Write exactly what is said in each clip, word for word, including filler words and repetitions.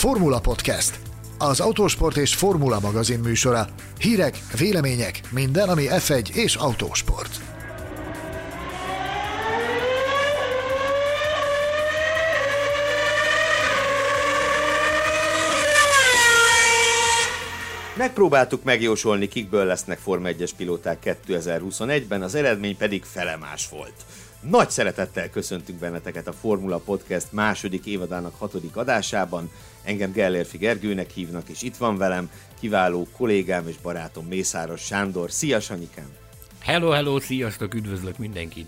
Formula Podcast, az autósport és formula magazin műsora. Hírek, vélemények, minden, ami ef egy és autósport. Megpróbáltuk megjósolni, kikből lesznek Forma egyes pilóták kétezer-huszonegyben, az eredmény pedig felemás volt. Nagy szeretettel köszöntünk benneteket a Formula Podcast második évadának hatodik adásában. Engem Gellérfi Gergőnek hívnak, és itt van velem kiváló kollégám és barátom Mészáros Sándor. Szia, Sanyikám! Hello, hello, sziasztok, üdvözlök mindenkit!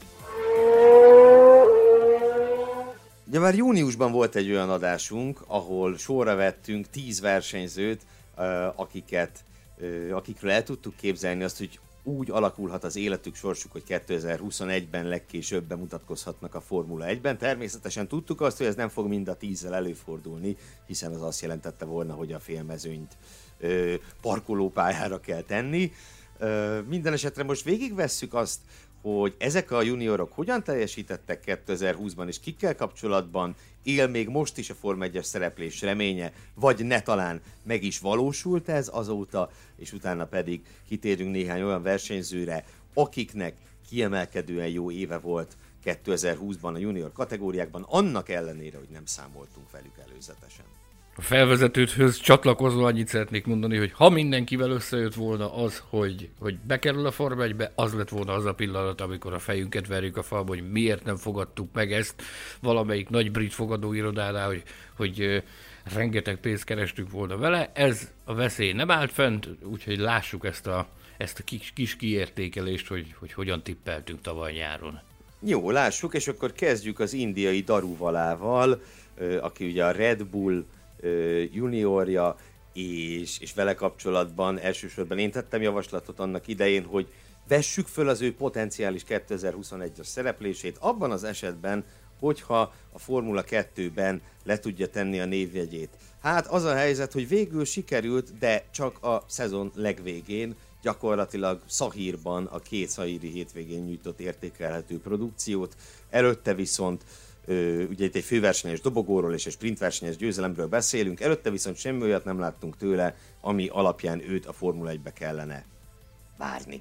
Ugye már júniusban volt egy olyan adásunk, ahol sorra vettünk tíz versenyzőt, akiket, akikről el tudtuk képzelni azt, hogy úgy alakulhat az életük, sorsuk, hogy kétezer-huszonegyben legkésőbb bemutatkozhatnak a Formula egyben. Természetesen tudtuk azt, hogy ez nem fog mind a tízzel előfordulni, hiszen az azt jelentette volna, hogy a félmezőnyt ö, parkolópályára kell tenni. Ö, minden esetre most végigvesszük azt, hogy ezek a juniorok hogyan teljesítettek kétezer-húszban, és kikkel kapcsolatban él még most is a Forma egyes szereplés reménye, vagy ne talán meg is valósult ez azóta, és utána pedig kitérünk néhány olyan versenyzőre, akiknek kiemelkedően jó éve volt kétezer-húszban a junior kategóriákban, annak ellenére, hogy nem számoltunk velük előzetesen. A felvezetőthöz csatlakozva annyit szeretnék mondani, hogy ha mindenkivel összejött volna az, hogy, hogy bekerül a Forma egybe, az lett volna az a pillanat, amikor a fejünket verjük a falba, hogy miért nem fogadtuk meg ezt valamelyik nagy brit fogadóirodánál, hogy, hogy rengeteg pénzt kerestünk volna vele. Ez a veszély nem állt fent, úgyhogy lássuk ezt a, ezt a kis, kis kiértékelést, hogy, hogy hogyan tippeltünk tavaly nyáron. Jó, lássuk, és akkor kezdjük az indiai Daruvalával, aki ugye a Red Bull juniorja, és, és vele kapcsolatban elsősorban én tettem javaslatot annak idején, hogy vessük föl az ő potenciális kétezer-huszonegyes szereplését abban az esetben, hogyha a Formula kettőben le tudja tenni a névjegyét. Hát az a helyzet, hogy végül sikerült, de csak a szezon legvégén, gyakorlatilag Szahírban a két szahíri hétvégén nyújtott értékelhető produkciót, előtte viszont Ö, ugye itt egy főversenyes dobogóról és egy sprintversenyes győzelemről beszélünk, előtte viszont semmi olyat nem láttunk tőle, ami alapján őt a Formula egybe kellene várni.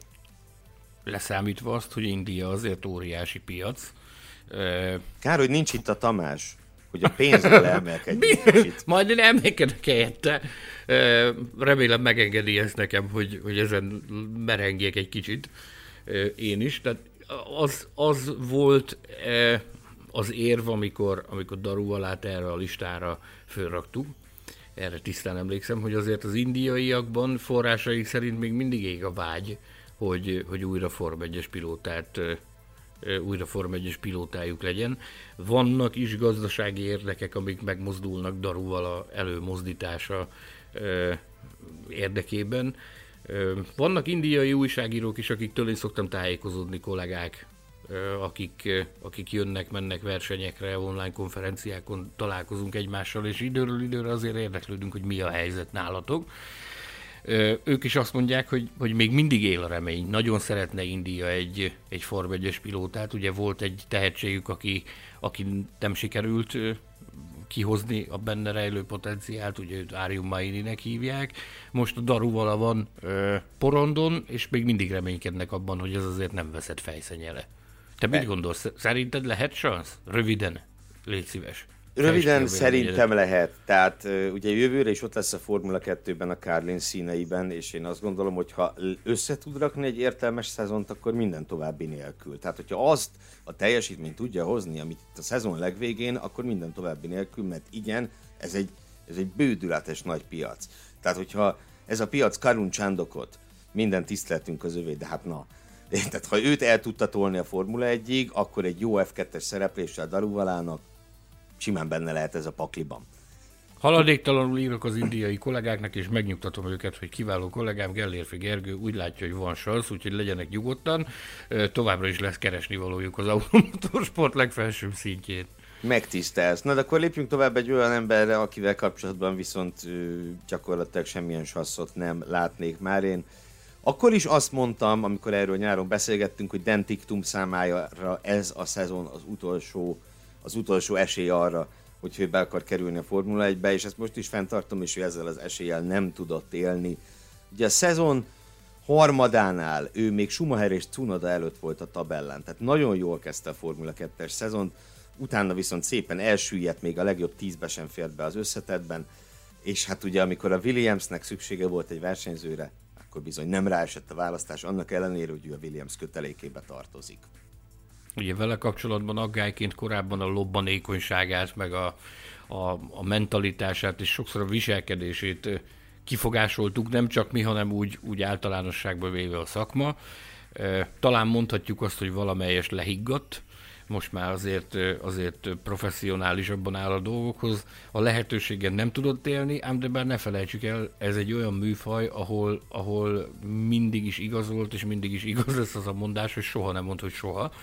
Leszámítva azt, hogy India azért óriási piac. Kár, hogy nincs itt a Tamás, hogy a pénzről emelkedjünk kicsit. Majd én emelkedek helyette. Remélem megengedi ezt nekem, hogy, hogy ezen merengjek egy kicsit én is. Tehát az, az volt az érv, amikor, amikor Daruvalát erre a listára fölraktuk. Erre tisztán emlékszem, hogy azért az indiaiakban forrásaik szerint még mindig ég a vágy, hogy, hogy újra Forma egyes pilótát, újra Forma egyes pilótájuk legyen. Vannak is gazdasági érdekek, amik megmozdulnak Daruvala előmozdítása érdekében. Vannak indiai újságírók is, akiktől én szoktam tájékozódni, kollégák, akik, akik jönnek, mennek versenyekre, online konferenciákon találkozunk egymással, és időről időre azért érdeklődünk, hogy mi a helyzet nálatok. Ők is azt mondják, hogy, hogy még mindig él a remény. Nagyon szeretne India egy, egy Forma egyes pilótát. Ugye volt egy tehetségük, aki, aki nem sikerült kihozni a benne rejlő potenciált, ugye őt Arjun Maininek hívják. Most a Daruvala van ö, porondon, és még mindig reménykednek abban, hogy ez azért nem veszett fejszennyele. Te mit gondolsz? Szerinted lehet szansz? Röviden, légy szíves. Röviden szerintem lehet. Tehát ugye jövőre is ott lesz a Formula kettőben a Carlin színeiben, és én azt gondolom, hogy ha össze tud rakni egy értelmes szezont, akkor minden további nélkül. Tehát, hogyha azt a teljesítményt tudja hozni, amit a szezon legvégén, akkor minden további nélkül, mert igen, ez egy, ez egy bődületes nagy piac. Tehát, hogyha ez a piac Karun Csandokot, minden tiszteletünk az övé, de hát na, tehát ha őt el tudta tolni a Formula egyig, akkor egy jó ef kettes szerepléssel Daruvalának simán benne lehet ez a pakliban. Haladéktalanul írok az indiai kollégáknak, és megnyugtatom őket, hogy kiváló kollégám Gellérfi Gergő úgy látja, hogy van szansz, úgyhogy legyenek nyugodtan. Továbbra is lesz keresni valójuk az automotorsport legfelsőbb szintjén. Megtisztelsz. Na, de akkor lépjünk tovább egy olyan emberre, akivel kapcsolatban viszont gyakorlatilag semmilyen sanszot nem látnék már én. Akkor is azt mondtam, amikor erről nyáron beszélgettünk, hogy Dan Ticktum számára ez a szezon az utolsó, az utolsó esély arra, hogy ő be akar kerülni a Formula egybe, és ezt most is fenntartom, és ő ezzel az eséllyel nem tudott élni. Ugye a szezon harmadánál ő még Schumacher és Tsunoda előtt volt a tabellán, tehát nagyon jól kezdte a Formula kettes szezont, utána viszont szépen elsüllyedt, még a legjobb tízbe sem fért be az összetettben, és hát ugye amikor a Williamsnek szüksége volt egy versenyzőre, akkor bizony nem ráesett a választás, annak ellenére, hogy ő a Williams kötelékébe tartozik. Ugye vele kapcsolatban aggályként korábban a lobbanékonyságát, meg a, a, a mentalitását és sokszor a viselkedését kifogásoltuk, nem csak mi, hanem úgy, úgy általánosságban véve a szakma. Talán mondhatjuk azt, hogy valamelyest lehiggadt, most már azért, azért professzionálisabban áll a dolgokhoz. A lehetőségen nem tudott élni, ám de bár ne felejtsük el, ez egy olyan műfaj, ahol, ahol mindig is igaz volt, és mindig is igaz lesz az a mondás, hogy soha nem mond, hogy soha.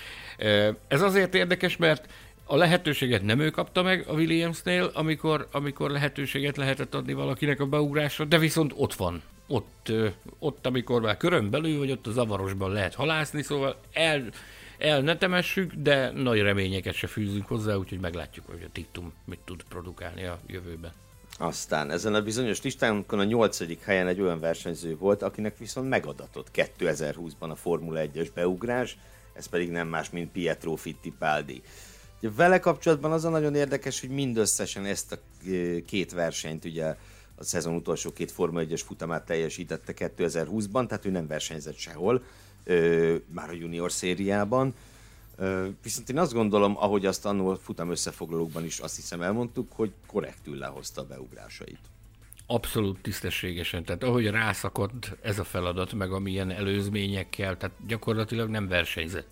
Ez azért érdekes, mert a lehetőséget nem ő kapta meg a Williamsnél, amikor, amikor lehetőséget lehetett adni valakinek a beugrásra, de viszont ott van. Ott, ott amikor már körön belül vagy, ott a zavarosban lehet halászni, szóval el, el ne temessük, de nagy reményeket se fűzünk hozzá, úgyhogy meglátjuk, hogy a Titum mit tud produkálni a jövőben. Aztán ezen a bizonyos listánkon a nyolcadik helyen egy olyan versenyző volt, akinek viszont megadatott kétezer-húszban a Formula egyes beugrás, ez pedig nem más, mint Pietro Fittipaldi. Ugye vele kapcsolatban az a nagyon érdekes, hogy mindösszesen ezt a két versenyt, ugye a szezon utolsó két Formula egyes futamát teljesítette kétezer-húszban, tehát ő nem versenyzett sehol, már a junior szériában. Viszont én azt gondolom, ahogy azt annól futam összefoglalókban is azt hiszem elmondtuk, hogy korrektül lehozta a beugrásait. Abszolút tisztességesen, tehát ahogy rászakadt ez a feladat, meg amilyen előzményekkel, tehát gyakorlatilag nem versenyzett.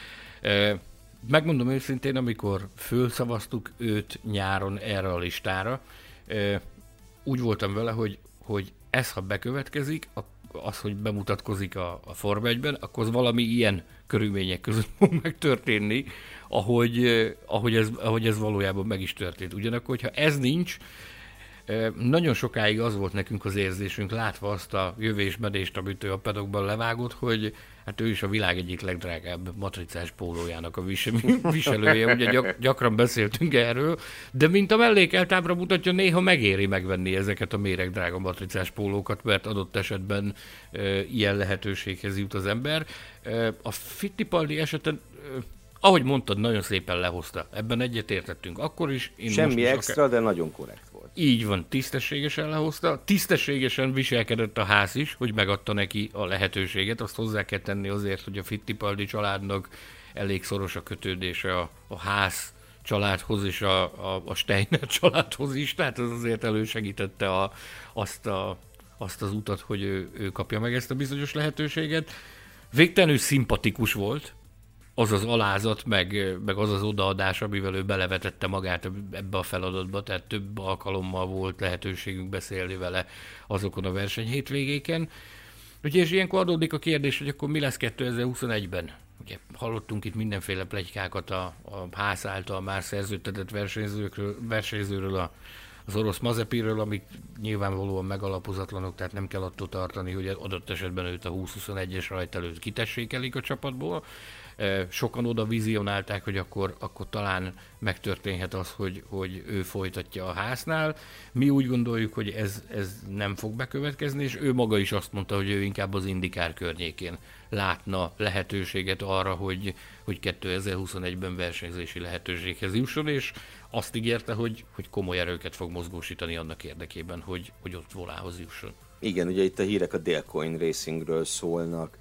Megmondom őszintén, amikor fölszavaztuk őt nyáron erre a listára, úgy voltam vele, hogy, hogy ez ha bekövetkezik, az, hogy bemutatkozik a, a Forma egyben, akkor az valami ilyen körülmények között fog megtörténni, ahogy, ahogy, ez, ahogy ez valójában meg is történt. Ugyanakkor, hogyha ez nincs, nagyon sokáig az volt nekünk az érzésünk, látva azt a jövésmedést, amit ő a pedokban levágott, hogy hát ő is a világ egyik legdrágább matricás pólójának a viselője, ugye gyak, gyakran beszéltünk erről, de mint a mellékeltábra mutatja, néha megéri megvenni ezeket a méregdrága matricás pólókat, mert adott esetben e, ilyen lehetőséghez jut az ember. E, a Fittipaldi esetben, e, ahogy mondtad, nagyon szépen lehozta. Ebben egyetértettünk akkor is. Én Semmi most extra, akár... de nagyon korrekt volt. Így van, tisztességesen lehozta. Tisztességesen viselkedett a ház is, hogy megadta neki a lehetőséget. Azt hozzá kell tenni azért, hogy a Fittipaldi családnak elég szoros a kötődése a, a ház családhoz és a, a, a Steiner családhoz is. Tehát ez azért elősegítette a, azt, a, azt az utat, hogy ő, ő kapja meg ezt a bizonyos lehetőséget. Végtelenül szimpatikus volt. Az az alázat, meg, meg az az odaadás, amivel ő belevetette magát ebbe a feladatba, tehát több alkalommal volt lehetőségünk beszélni vele azokon a versenyhétvégéken. Ugye, és ilyenkor adódik a kérdés, hogy akkor mi lesz kétezer-huszonegyben? Ugye hallottunk itt mindenféle pletykákat a, a ház által már szerződtetett versenyzőről, versenyzőről a, az orosz Mazepiről, amik nyilvánvalóan megalapozatlanok, tehát nem kell attól tartani, hogy adott esetben őt a húsz-huszonegyes rajt előtt kitessékelik a csapatból. Sokan oda vizionálták, hogy akkor, akkor talán megtörténhet az, hogy, hogy ő folytatja a háznál. Mi úgy gondoljuk, hogy ez, ez nem fog bekövetkezni, és ő maga is azt mondta, hogy ő inkább az IndyCar környékén látna lehetőséget arra, hogy, hogy kétezer-huszonegyben versenyzési lehetőséghez jusson, és azt ígérte, hogy, hogy komoly erőket fog mozgósítani annak érdekében, hogy, hogy ott volához jusson. Igen, ugye itt a hírek a Dalecoin Racingről szólnak,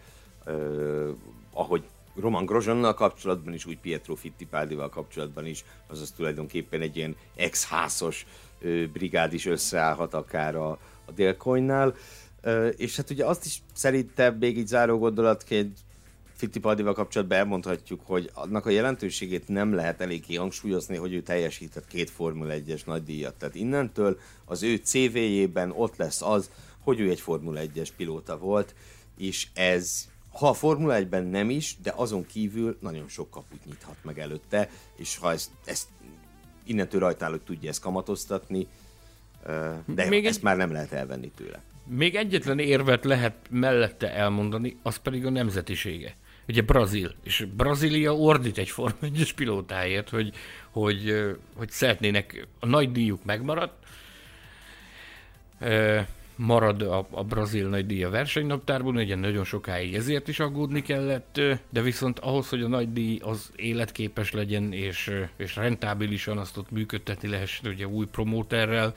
uh, ahogy Roman Grosjeannal kapcsolatban is, úgy Pietro Fittipaldival kapcsolatban is, azaz tulajdonképpen egy ilyen ex-házos uh, brigád is összeállhat akár a, a Dalecoinnál. Uh, és hát ugye azt is szerintem még így záró gondolatként Fittipaldival kapcsolatban elmondhatjuk, hogy annak a jelentőségét nem lehet eléggé hangsúlyozni, hogy ő teljesített két Formula egyes nagydíjat. Tehát innentől az ő cé vé-jében ott lesz az, hogy ő egy Formula egyes pilóta volt, és ez, ha a Formula egyben nem is, de azon kívül nagyon sok kaput nyithat meg előtte, és ha ezt, ezt innentől rajta áll, hogy tudja ezt kamatoztatni, de még ezt egy... már nem lehet elvenni tőle. Még egyetlen érvet lehet mellette elmondani, az pedig a nemzetisége. ugye Brazil, és Brazília ordít egy Forma egyes pilótáért, hogy, hogy, hogy szeretnének, a nagy díjuk megmaradt, marad a, a brazil nagydíj a versenynaptárban, ugye nagyon sokáig ezért is aggódni kellett, de viszont ahhoz, hogy a nagydíj az életképes legyen, és, és rentábilisan azt ott működtetni lehessen, ugye új promóterrel,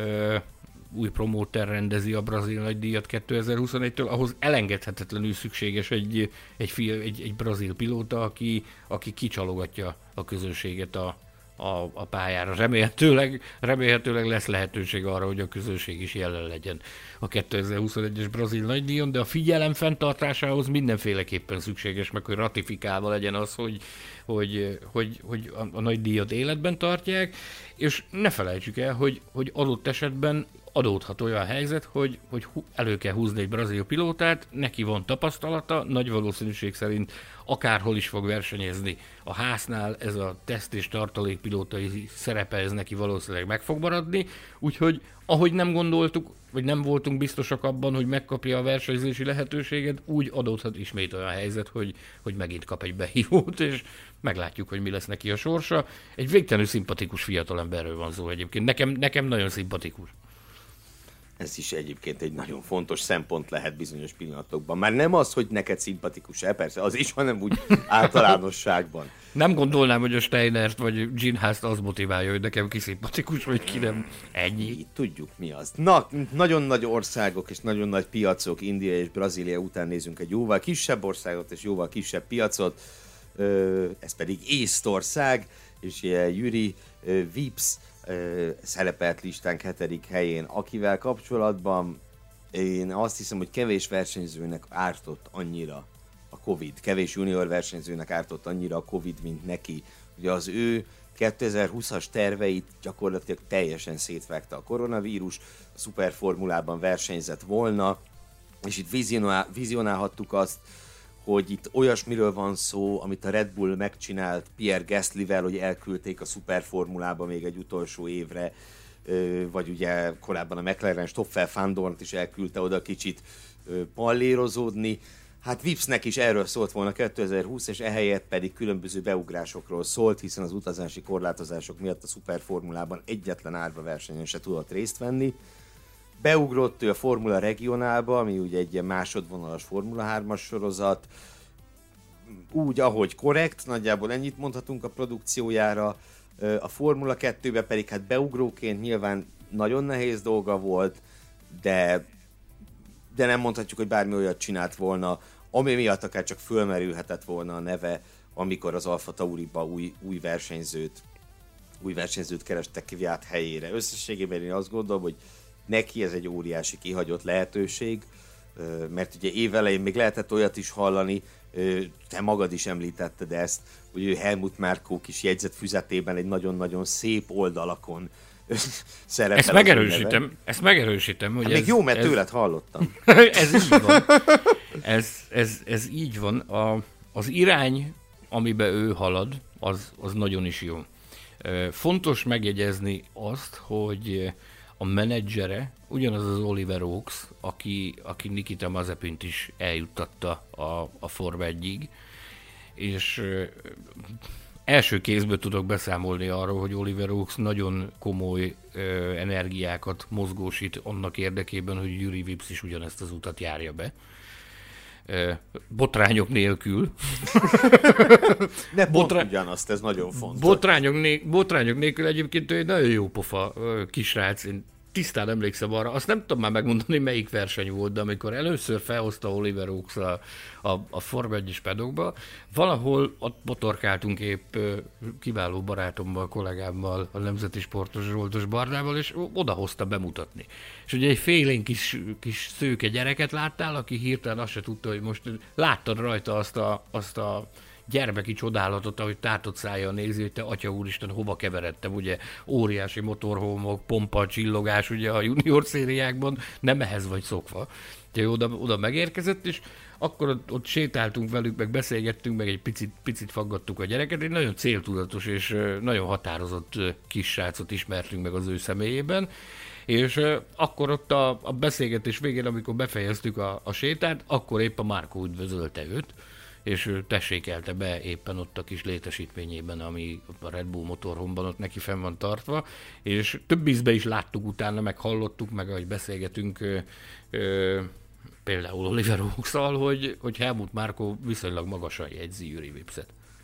új promóter rendezi a brazil nagydíjat kétezer-huszonegytől, ahhoz elengedhetetlenül szükséges egy, egy, egy, egy brazil pilóta, aki, aki kicsalogatja a közönséget a A, a pályára. Remélhetőleg, remélhetőleg lesz lehetőség arra, hogy a közönség is jelen legyen a kétezer-huszonegyes brazil nagydíjon, de a figyelem fenntartásához mindenféleképpen szükséges, meg hogy ratifikálva legyen az, hogy, hogy, hogy, hogy a, a nagydíjat életben tartják, és ne felejtsük el, hogy, hogy adott esetben adódhat olyan helyzet, hogy, hogy elő kell húzni egy brazil pilótát, neki van tapasztalata, nagy valószínűség szerint akárhol is fog versenyezni a háznál, ez a teszt és tartalékpilótai szerepe, ez neki valószínűleg meg fog maradni, úgyhogy ahogy nem gondoltuk, vagy nem voltunk biztosak abban, hogy megkapja a versenyzési lehetőséget, úgy adódhat ismét olyan helyzet, hogy, hogy megint kap egy behívót, és meglátjuk, hogy mi lesz neki a sorsa. Egy végtelenül szimpatikus fiatalemberről van szó egyébként, nekem, nekem nagyon szimpatikus. Ez is egyébként egy nagyon fontos szempont lehet bizonyos pillanatokban. Már nem az, hogy neked szimpatikus-e, persze, az is, hanem úgy általánosságban. Nem gondolnám, hogy a Steinert vagy Ginhást az motiválja, hogy nekem ki szimpatikus, vagy ki nem. Ennyi. Így tudjuk, mi az. Na, nagyon nagy országok és nagyon nagy piacok, India és Brazília után nézünk egy jóval kisebb országot és jóval kisebb piacot, ez pedig Észtország, és Jüri Vips szerepelt listánk hetedik helyén, akivel kapcsolatban én azt hiszem, hogy kevés versenyzőnek ártott annyira a Covid, kevés junior versenyzőnek ártott annyira a Covid, mint neki. Ugye az ő kétezer-húszas terveit gyakorlatilag teljesen szétvágta a koronavírus, a szuperformulában versenyzett volna, és itt vizionál, vizionálhattuk azt, hogy itt olyasmiről van szó, amit a Red Bull megcsinált Pierre Gaslyvel, hogy elküldték a szuperformulába még egy utolsó évre, vagy ugye korábban a McLaren Stoffel van Dornt is elküldte oda kicsit pallérozódni. Hát Vipsnek is erről szólt volna kétezer-húsz, és ehelyett pedig különböző beugrásokról szólt, hiszen az utazási korlátozások miatt a szuperformulában egyetlen árva versenyen se tudott részt venni. Beugrott ő a Formula Regionálba, ami ugye egy ilyen másodvonalas Formula hármas sorozat, úgy, ahogy korrekt, nagyjából ennyit mondhatunk a produkciójára, a Formula kettőbe pedig hát beugróként nyilván nagyon nehéz dolga volt, de, de nem mondhatjuk, hogy bármi olyat csinált volna, ami miatt akár csak fölmerülhetett volna a neve, amikor az Alfa Tauriba új, új versenyzőt új versenyzőt kerestek Kvyat helyére. Összességében én azt gondolom, hogy neki ez egy óriási kihagyott lehetőség, mert ugye évelején még lehetett olyat is hallani, te magad is említetted ezt, hogy ő Helmut Marko kis jegyzetfüzetében egy nagyon-nagyon szép oldalakon szerepel. Ezt megerősítem, ezt megerősítem. Hogy hát ez, még jó, mert ez, tőled hallottam. ez így van. Ez, ez, ez így van. A, az irány, amiben ő halad, az, az nagyon is jó. Fontos megjegyezni azt, hogy a menedzsere ugyanaz az Oliver Oaks, aki, aki Nikita Mazepint is eljuttatta a, a Forma egyig, és ö, első kézből tudok beszámolni arról, hogy Oliver Oaks nagyon komoly ö, energiákat mozgósít annak érdekében, hogy Jüri Vips is ugyanezt az utat járja be. Ö, botrányok nélkül. Ne pont Botrá... ugyanazt, ez nagyon fontos. Botrányok, né... botrányok nélkül egyébként ő egy nagyon jó pofa kisrác, én tisztán emlékszem arra, azt nem tudom már megmondani, melyik verseny volt, de amikor először felhozta Oliver Oaks a, a, a Forma egyes paddockba, valahol ott botorkáltunk épp kiváló barátommal, kollégámmal, a Nemzeti Sportos Zsoltos Bardával, és odahozta bemutatni. És ugye egy félénk kis, kis szőke gyereket láttál, aki hirtelen azt se tudta, hogy most láttad rajta azt a, azt a gyermeki csodálatot, ahogy tátott szájjal nézi, hogy te atya úristen, hova keveredtem, ugye óriási motorhómok, pompa, csillogás, ugye a junior szériákban, nem ehhez vagy szokva. Úgyhogy oda, oda megérkezett, és akkor ott, ott sétáltunk velük, meg beszélgettünk, meg egy picit, picit faggattuk a gyereket, egy nagyon céltudatos és nagyon határozott kis srácot ismertünk meg az ő személyében, és akkor ott a, a beszélgetés végén, amikor befejeztük a, a sétát, akkor épp a Marko üdvözölte őt, és tessékelte be éppen ott a kis létesítményében, ami a Red Bull motorhomban ott neki fenn van tartva, és több ízbe is láttuk utána, meg hallottuk, meg ahogy beszélgetünk ö, ö, például Oliver Oaks-szal, hogy, hogy Helmut Marko viszonylag magasan jegyzi Jüri Vipset.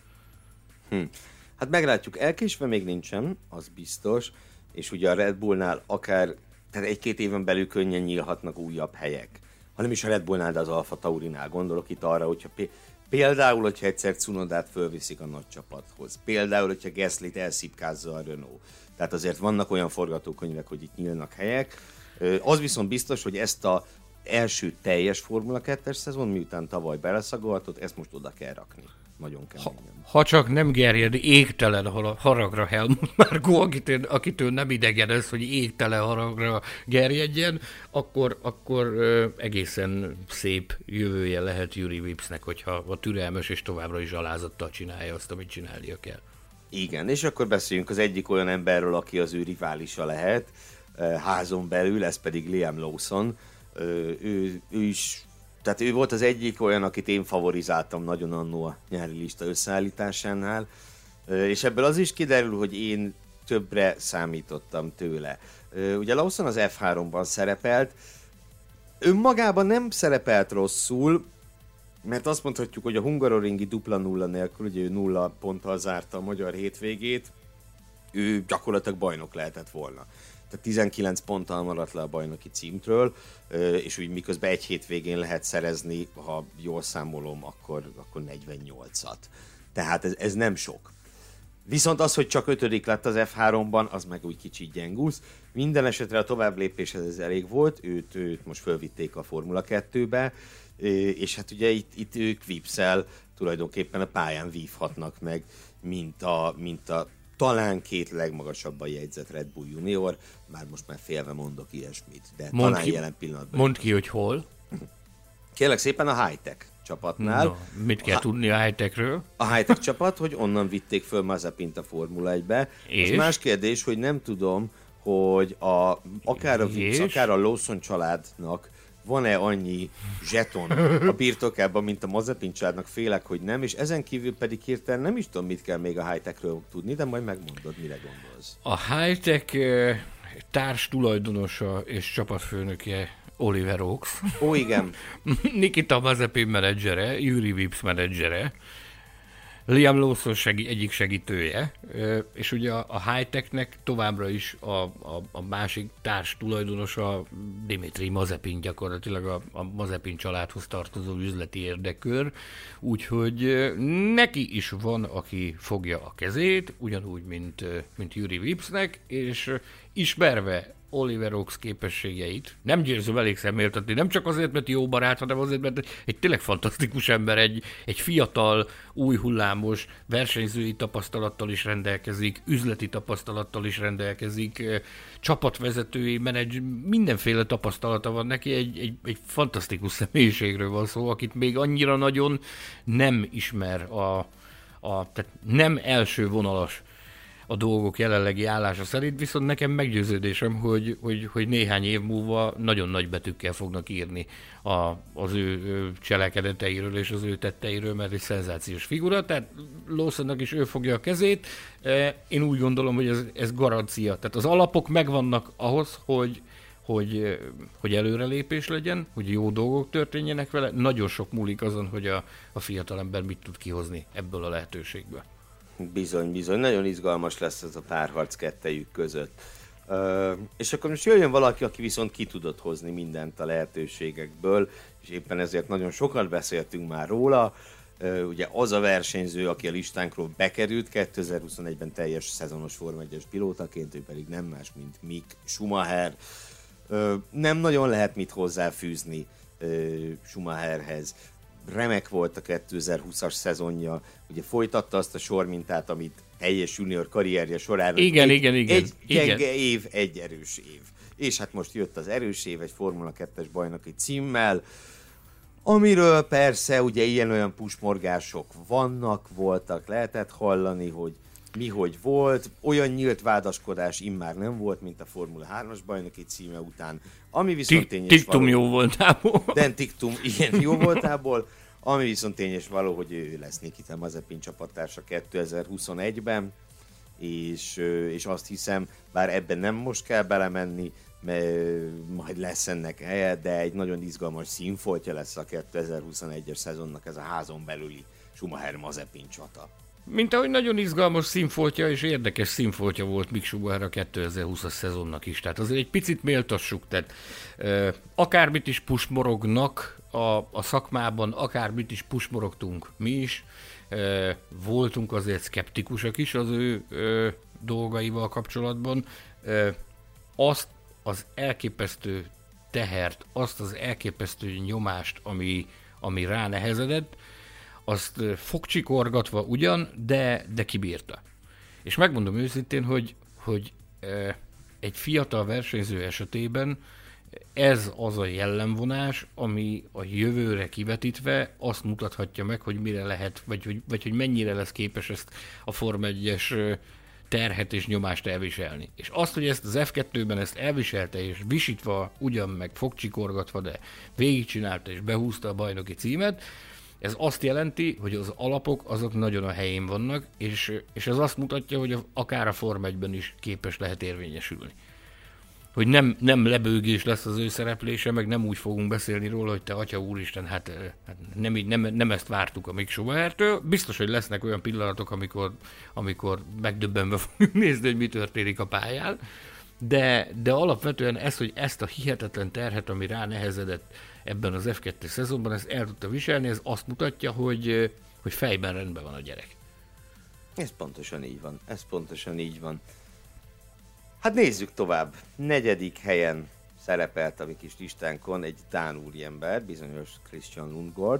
Hm. Hát meglátjuk, elkésve még nincsen, az biztos, és ugye a Red Bullnál akár, tehát egy-két éven belül könnyen nyílhatnak újabb helyek. Hanem is a Red Bullnál, de az Alfa Taurinál gondolok itt arra, hogyha például, hogyha egyszer Tsunodát fölviszik a nagy csapathoz, például, hogyha Gaslyt elszipkázza a Renault. Tehát azért vannak olyan forgatókönyvek, hogy itt nyílnak helyek. Az viszont biztos, hogy ezt a első teljes Formula kettes szezon, miután tavaly beleszagolhatott, ezt most oda kell rakni. Nagyon keményen. Ha, ha csak nem gerjed égtelen haragra Helmut Marko, akitől, akitől nem idegenez, hogy égtelen haragra gerjedjen, akkor, akkor ö, egészen szép jövője lehet Jüri Vipsnek, hogyha a türelmes és továbbra is alázattal csinálja azt, amit csinálnia kell. Igen, és akkor beszéljünk az egyik olyan emberről, aki az ő riválisa lehet házon belül, ez pedig Liam Lawson. Ő, ő is, tehát ő volt az egyik olyan, akit én favorizáltam nagyon annó a nyári lista összeállításánál, és ebből az is kiderül, hogy én többre számítottam tőle. Ugye Lawson az ef háromban szerepelt, önmagában nem szerepelt rosszul, mert azt mondhatjuk, hogy a hungaroringi dupla nulla nélkül, ugye ő nulla ponttal zárta a magyar hétvégét, ő gyakorlatilag bajnok lehetett volna. Tehát tizenkilenc ponttal maradt le a bajnoki címtől, és úgy miközben egy hétvégén lehet szerezni, ha jól számolom, akkor, akkor negyvennyolcat. Tehát ez, ez nem sok. Viszont az, hogy csak ötödik lett az ef háromban, az meg úgy kicsit gyengulsz. Minden esetre a tovább lépéshez ez elég volt, őt, őt most fölvitték a Formula kettőbe, és hát ugye itt, itt ők Vipszel tulajdonképpen a pályán vívhatnak meg, mint a, mint a talán két legmagasabban jegyzett Red Bull Junior, már most már félve mondok ilyesmit, de mond talán ki, jelen pillanatban. Mondd ki, hogy hol. Kérlek szépen a Hightech csapatnál. No, mit kell a, tudni a Hightechről? A Hightech csapat, hogy onnan vitték föl Mazepint a Formula egybe. És? Az más kérdés, hogy nem tudom, hogy a, akár a Vips, akár a Lawson családnak van-e annyi zseton a birtokában, mint a Mazepin családnak, félek, hogy nem, és ezen kívül pedig hirtelen nem is tudom, mit kell még a Hightechről tudni, de majd megmondod, mire gondolsz. A Hightech társ tulajdonosa és csapatfőnöke Oliver Oaks. Ó, igen. Nikita Mazepin menedzsere, Jüri Vips menedzsere, Liam Lawson segí- egyik segítője, és ugye a Hightechnek továbbra is a, a, a másik társ tulajdonosa Dimitri Mazepin, gyakorlatilag a, a Mazepin családhoz tartozó üzleti érdekkör, úgyhogy neki is van, aki fogja a kezét, ugyanúgy, mint, mint Jüri Vipsnek, és ismerve Oliver Oaks képességeit. Nem győzöm elég szemléltetni, nem csak azért, mert jó barát, hanem azért, mert egy tényleg fantasztikus ember, egy, egy fiatal, új hullámos, versenyzői tapasztalattal is rendelkezik, üzleti tapasztalattal is rendelkezik, csapatvezetői, menedzs, mindenféle tapasztalata van neki, egy, egy, egy fantasztikus személyiségről van szó, akit még annyira nagyon nem ismer a, a tehát nem első vonalas a dolgok jelenlegi állása szerint, viszont nekem meggyőződésem, hogy, hogy, hogy néhány év múlva nagyon nagy betűkkel fognak írni a, az ő cselekedeteiről és az ő tetteiről, mert egy szenzációs figura, tehát Lawsonnak is ő fogja a kezét. Én úgy gondolom, hogy ez, ez garancia. Tehát az alapok megvannak ahhoz, hogy, hogy, hogy előrelépés legyen, hogy jó dolgok történjenek vele. Nagyon sok múlik azon, hogy a, a fiatalember mit tud kihozni ebből a lehetőségből. Bizony, bizony. Nagyon izgalmas lesz ez a párharc kettejük között. Uh, és akkor most jöjjön valaki, aki viszont ki tudott hozni mindent a lehetőségekből, és éppen ezért nagyon sokat beszéltünk már róla. Uh, ugye az a versenyző, aki a listánkról bekerült kétezer-huszonegyben teljes szezonos Forma egyes pilótaként, ő pedig nem más, mint Mick Schumacher. Uh, nem nagyon lehet mit hozzáfűzni uh, Schumacherhez. Remek volt a kétezer-húszas szezonja, ugye folytatta azt a sormintát, amit teljes junior karrierje során igen, egy, igen, igen, egy gyenge igen. év, egy erős év. És hát most jött az erős év egy Formula kettes bajnoki címmel, amiről persze ugye ilyen-olyan pusmorgások vannak, voltak, lehetett hallani, hogy mi hogy volt, olyan nyílt vádaskodás immár nem volt, mint a Formula hármas bajnoki címe után, ami viszont tényleg Tiktum jó voltából. Den Tiktum, igen, jó voltából. Ami viszont tényes való, hogy ő lesz Nikita Mazepin csapattársa kétezer-huszonegyben, és, és azt hiszem, bár ebben nem most kell belemenni, mert majd lesz ennek helye, de egy nagyon izgalmas színfoltja lesz a kétezer-huszonegyes szezonnak ez a házon belüli Schumacher-Mazepin csata. Mint ahogy nagyon izgalmas színfoltja és érdekes színfoltja volt Mick Schumacher a kétezer-húszas szezonnak is. Tehát azért egy picit méltassuk, tehát e, akármit is pusmorognak a, a szakmában, akármit is pusmorogtunk mi is, e, voltunk azért szkeptikusak is az ő e, dolgaival kapcsolatban. E, azt az elképesztő tehert, azt az elképesztő nyomást, ami, ami ránehezedett, azt fogcsikorgatva ugyan, de, de kibírta. És megmondom őszintén, hogy, hogy e, egy fiatal versenyző esetében ez az a jellemvonás, ami a jövőre kivetítve azt mutathatja meg, hogy mire lehet, vagy hogy, vagy hogy mennyire lesz képes ezt a Forma egyes terhet és nyomást elviselni. És azt, hogy ezt az ef kettőben ezt elviselte, és visítva ugyan meg fogcsikorgatva, de végigcsinálta és behúzta a bajnoki címet, ez azt jelenti, hogy az alapok azok nagyon a helyén vannak, és, és ez azt mutatja, hogy akár a Forma egyben is képes lehet érvényesülni. Hogy nem, nem lebőgés lesz az ő szereplése, meg nem úgy fogunk beszélni róla, hogy te atya úristen, hát, hát nem, nem, nem ezt vártuk a Mick Schumachertől. Biztos, hogy lesznek olyan pillanatok, amikor, amikor megdöbbenve fogjuk nézni, hogy mi történik a pályán, de, de alapvetően ez, hogy ezt a hihetetlen terhet, ami rá nehezedett ebben az ef kettő szezonban, ezt el tudta viselni, ez azt mutatja, hogy, hogy fejben rendben van a gyerek. Ez pontosan így van, ez pontosan így van. Hát nézzük tovább. Negyedik helyen szerepelt a mi kis listánkon egy dán úriember, bizonyos Christian Lundgaard,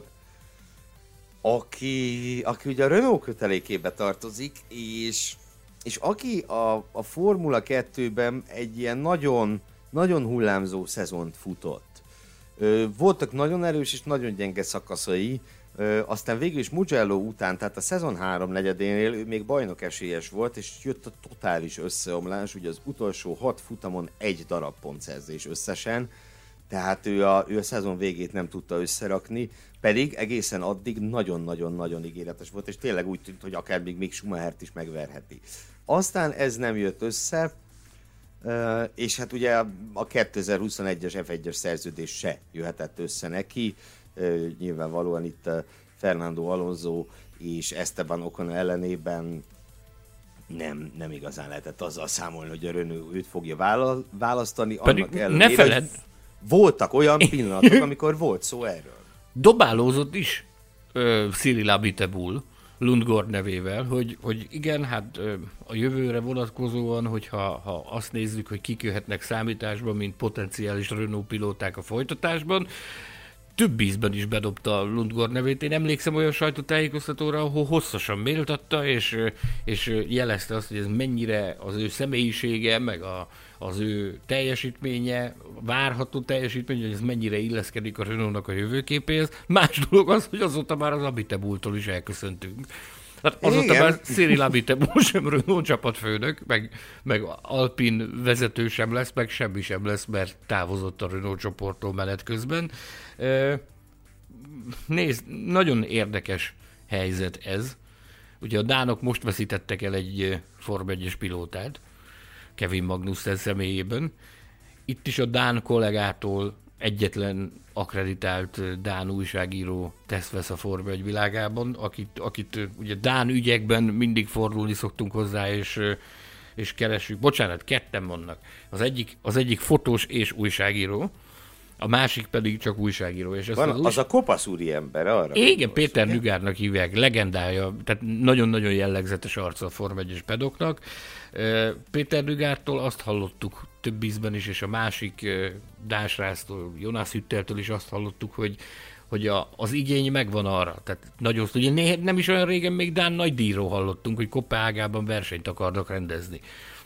aki, aki ugye a Renault kötelékébe tartozik, és, és aki a, a Formula kettőben egy ilyen nagyon, nagyon hullámzó szezont futott. Voltak nagyon erős és nagyon gyenge szakaszai, aztán végül is Mugello után, tehát a szezon három negyedénél ő még bajnok esélyes volt, és jött a totális összeomlás, ugye az utolsó hat futamon egy darab pontszerzés összesen, tehát ő a, ő a szezon végét nem tudta összerakni, pedig egészen addig nagyon-nagyon-nagyon ígéretes volt, és tényleg úgy tűnt, hogy akár még Mick Schumachert is megverheti. Aztán ez nem jött össze, és hát ugye a kétezer-huszonegyes ef egyes szerződés se jöhetett össze neki, nyilvánvalóan itt Fernando Alonso és Esteban Ocon ellenében nem, nem igazán lehetett azzal számolni, hogy a Renault őt fogja választani. Pedig annak ellenére, ne feled... voltak olyan pillanatok, amikor volt szó erről. Dobálózott is uh, Cyril Abiteboul Lundgaard nevével, hogy, hogy igen, hát a jövőre vonatkozóan, hogyha ha azt nézzük, hogy kik jöhetnek számításba, mint potenciális Renault pilóták a folytatásban, több ízben is bedobta Lundgaard nevét. Én emlékszem olyan sajtótájékoztatóra, ahol hosszasan méltatta, és, és jelezte azt, hogy ez mennyire az ő személyisége, meg a, az ő teljesítménye, várható teljesítmény, hogy ez mennyire illeszkedik a Renault-nak a jövőképéhez. Más dolog az, hogy azóta már az Abiteboultól is elköszöntünk. Hát azóta igen. Már Cyril Abiteboul sem Renault csapatfőnök, meg, meg Alpin vezető sem lesz, meg semmi sem lesz, mert távozott a Renault csoporttól menet közben. Nézd, nagyon érdekes helyzet ez. Ugye a dánok most veszítettek el egy Forma egyes pilótát, Kevin Magnussen személyében. Itt is a dán kollégától egyetlen akkreditált dán újságíró tesz vesz a Forma egy világában, akit, akit ugye dán ügyekben mindig fordulni szoktunk hozzá, és, és keresünk. Bocsánat, ketten vannak. Az egyik, az egyik fotós és újságíró, a másik pedig csak újságíró. És Van, az, az, az a kopasz úri ember arra. Igen, Péter Nügaardnak hívják, legendája, tehát nagyon-nagyon jellegzetes arca a Forma egyes pedoknak. Péter Nügaardtól azt hallottuk több ízben is, és a másik dán sráctól, Jonas Hütteltől is azt hallottuk, hogy, hogy a, az igény megvan arra. Tehát nagyon, ugye nem is olyan régen még dán nagy díjról hallottunk, hogy Kopenhágában versenyt akarnak rendezni.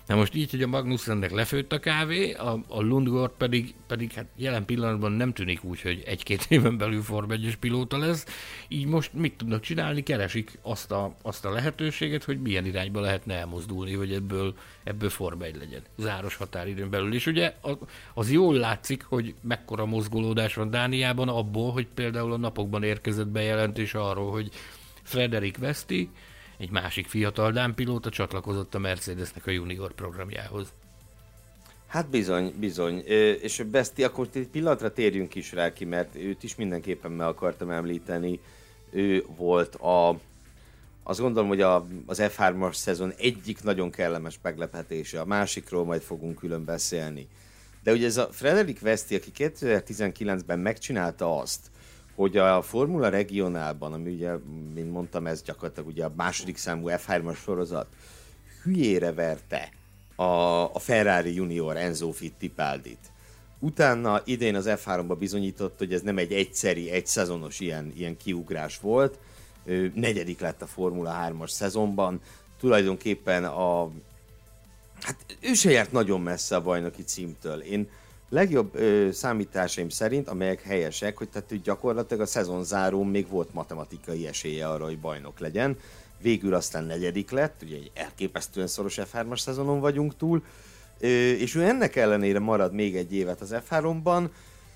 Na most így, hogy a Magnussennek lefőtt a kávé, a, a Lundgaard pedig, pedig hát jelen pillanatban nem tűnik úgy, hogy egy-két éven belül Forma egyes pilóta lesz, így most mit tudnak csinálni? Keresik azt a, azt a lehetőséget, hogy milyen irányba lehetne elmozdulni, hogy ebből, ebből Forma egy legyen, záros határidőn belül. És ugye az jól látszik, hogy mekkora mozgolódás van Dániában abból, hogy például a napokban érkezett bejelentés arról, hogy Frederik Veszti, egy másik fiatal dán pilóta csatlakozott a Mercedesnek a junior programjához. Hát bizony, bizony. És Veszti, akkor egy pillanatra térjünk is rá ki, mert őt is mindenképpen meg akartam említeni. Ő volt a, azt gondolom, hogy a, az ef hármas szezon egyik nagyon kellemes meglepetése. A másikról majd fogunk külön beszélni. De ugye ez a Frederik Veszti, aki kétezer-tizenkilencben megcsinálta azt, hogy a Formula Regionálban, ami ugye, mint mondtam, ez gyakorlatilag ugye a második számú ef hármas sorozat, hülyére verte a, a Ferrari junior Enzo Fittipaldit. Utána idén az ef háromba bizonyított, hogy ez nem egy egyszeri, egy szezonos ilyen, ilyen kiugrás volt. Ő negyedik lett a Formula hármas szezonban. Tulajdonképpen a... Hát ő se járt nagyon messze a bajnoki címtől. Én legjobb ö, számításaim szerint, amelyek helyesek, hogy tehát hogy gyakorlatilag a szezon zárón még volt matematikai esélye arra, hogy bajnok legyen. Végül aztán negyedik lett, ugye egy elképesztően szoros ef hármas szezonon vagyunk túl, ö, és ő ennek ellenére marad még egy évet az ef háromban,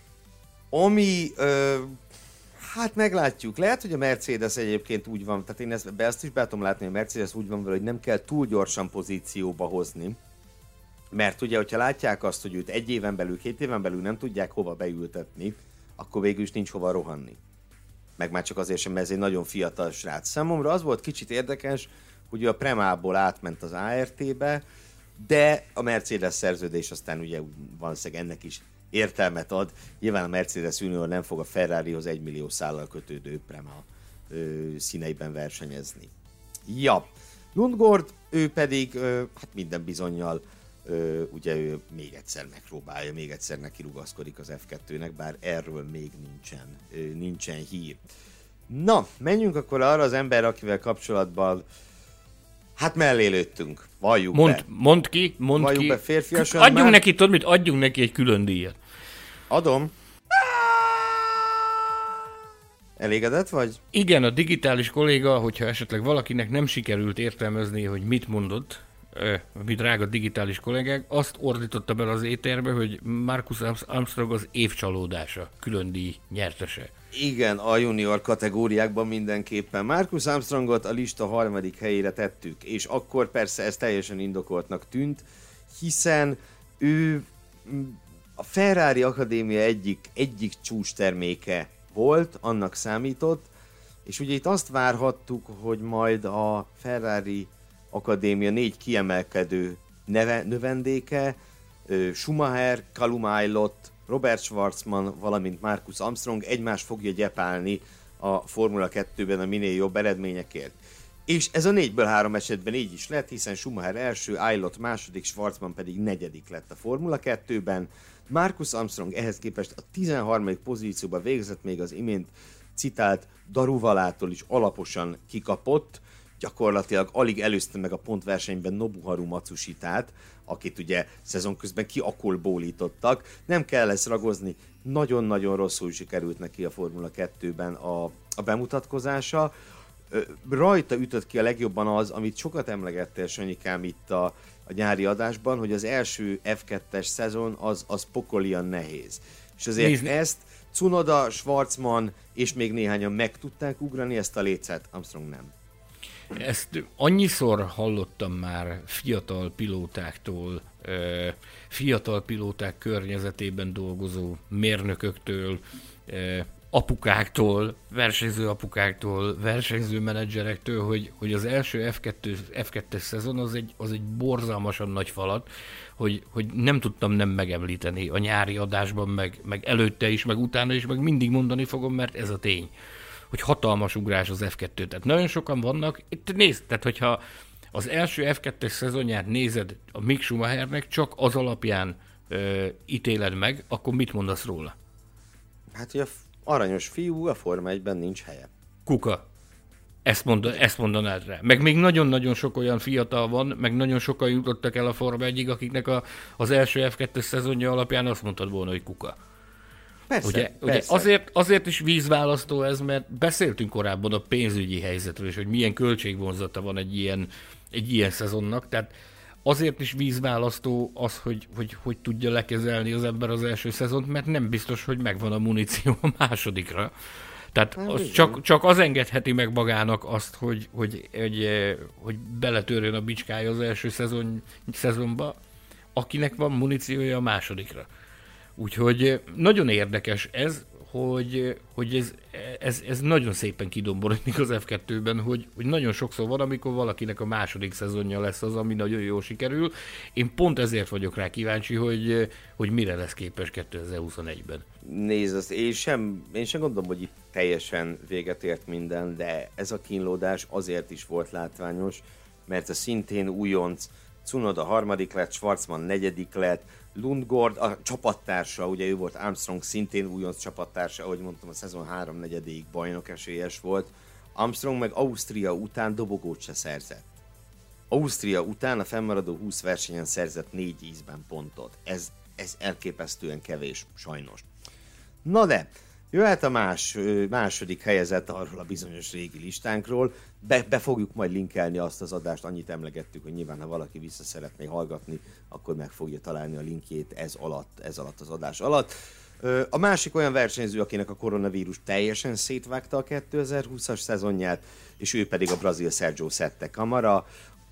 ami, ö, hát meglátjuk. Lehet, hogy a Mercedes egyébként úgy van, tehát én ezt, be azt is be tudom látni, hogy a Mercedes úgy van vele, hogy nem kell túl gyorsan pozícióba hozni, mert ugye, hogyha látják azt, hogy őt egy éven belül, két éven belül nem tudják hova beültetni, akkor végül is nincs hova rohanni. Meg már csak azért sem, mert ez egy nagyon fiatal srác. Számomra az volt kicsit érdekes, hogy a Premából átment az á er té-be, de a Mercedes szerződés aztán ugye valószínűleg ennek is értelmet ad. Nyilván a Mercedes Junior nem fog a Ferrarihoz egy millió szállal kötődő Prema ö, színeiben versenyezni. Ja, Lundgaard, ő pedig ö, hát minden bizonnyal Ö, ugye ő még egyszer megpróbálja, még egyszer neki rugaszkodik az ef kettőnek, bár erről még nincsen, ö, nincsen hír. Na, menjünk akkor arra az ember, akivel kapcsolatban hát mellé lőttünk, valljuk mond, be. Mondd ki, mondd valljuk ki. Be férfiasan adjunk már... neki, tudod mit, adjunk neki egy külön díjat. Adom. Elégedett vagy? Igen, a digitális kolléga, hogyha esetleg valakinek nem sikerült értelmezni, hogy mit mondott, mi drága digitális kollégák, azt ordította bele az éterbe, hogy Marcus Armstrong az év csalódása, külön díj nyertese. Igen, a junior kategóriákban mindenképpen. Marcus Armstrongot a lista harmadik helyére tettük, és akkor persze ez teljesen indokoltnak tűnt, hiszen ő a Ferrari Akadémia egyik, egyik csúcsterméke volt, annak számított, és ugye itt azt várhattuk, hogy majd a Ferrari Akadémia négy kiemelkedő neve, növendéke, Schumacher, Callum Aylott, Robert Schwarzman, valamint Marcus Armstrong egymást fogja gyepálni a Formula kettőben a minél jobb eredményekért. És ez a négyből három esetben így is lett, hiszen Schumacher első, Aylott második, Schwarzman pedig negyedik lett a Formula kettőben. Marcus Armstrong ehhez képest a tizenharmadik pozícióba végzett, még az imént citált Daruvalától is alaposan kikapott, gyakorlatilag alig előzte meg a pontversenyben Nobuharu Matsushitát, akit ugye szezon közben kiakolbólítottak. Nem kell ezt ragozni, nagyon-nagyon rosszul sikerült neki a Formula kettőben a, a bemutatkozása. Rajta ütött ki a legjobban az, amit sokat emlegettél, Sanyikám, itt a, a nyári adásban, hogy az első ef kettes szezon az, az pokolian nehéz. És azért Nézd. ezt Tsunoda, Schwarzman és még néhányan meg tudták ugrani, ezt a lécet, Armstrong nem. Ezt annyiszor hallottam már fiatal pilótáktól, fiatal pilóták környezetében dolgozó mérnököktől, apukáktól, versenyző apukáktól, versenyző menedzserektől, hogy, hogy az első ef kettő, ef kettes szezon az egy, az egy borzalmasan nagy falat, hogy, hogy nem tudtam nem megemlíteni a nyári adásban, meg, meg előtte is, meg utána is, meg mindig mondani fogom, mert ez a tény, hogy hatalmas ugrás az ef kettő. Tehát nagyon sokan vannak, itt nézd, tehát hogyha az első ef kettes szezonját nézed a Mick Schumachernek, csak az alapján ö, ítéled meg, akkor mit mondasz róla? Hát, hogy a aranyos fiú a Forma egyben nincs helye. Kuka. Ezt, mondan, ezt mondanád rá. Meg még nagyon-nagyon sok olyan fiatal van, meg nagyon sokan jutottak el a Forma egyig, akiknek a, az első ef kettes szezonja alapján azt mondtad volna, hogy kuka. Persze, ugye, persze. ugye azért, azért is vízválasztó ez, mert beszéltünk korábban a pénzügyi helyzetről, és hogy milyen költségvonzata van egy ilyen, egy ilyen szezonnak, tehát azért is vízválasztó az, hogy, hogy hogy tudja lekezelni az ember az első szezont, mert nem biztos, hogy megvan a muníció a másodikra. Tehát az csak, csak az engedheti meg magának azt, hogy, hogy, hogy, hogy beletörjön a bicskája az első szezon, szezonba, akinek van muníciója a másodikra. Úgyhogy nagyon érdekes ez, hogy, hogy ez, ez, ez nagyon szépen kidomborodik az ef kettőben, hogy, hogy nagyon sokszor van, amikor valakinek a második szezonja lesz az, ami nagyon jól sikerül. Én pont ezért vagyok rá kíváncsi, hogy, hogy mire lesz képes kétezer-huszonegyben. Nézd, azt én sem, én sem gondolom, hogy itt teljesen véget ért minden, de ez a kínlódás azért is volt látványos, mert a szintén újonc Tsunoda harmadik lett, Schwarzman negyedik lett, Lundgaard, a csapattársa, ugye ő volt Armstrong, szintén újonc csapattársa, ahogy mondtam, a szezon háromnegyedéig bajnok esélyes volt. Armstrong meg Ausztria után dobogót se szerzett. Ausztria után a fennmaradó húsz versenyen szerzett négy ízben pontot. Ez, ez elképesztően kevés, sajnos. Na de, jöhet a más, második helyezett arról a bizonyos régi listánkról. Be, be fogjuk majd linkelni azt az adást, annyit emlegettük, hogy nyilván ha valaki vissza szeretné hallgatni, akkor meg fogja találni a linkjét ez alatt, ez alatt az adás alatt. A másik olyan versenyző, akinek a koronavírus teljesen szétvágta a kétezer-húszas szezonját, és ő pedig a brazil Sergio Sette Camara,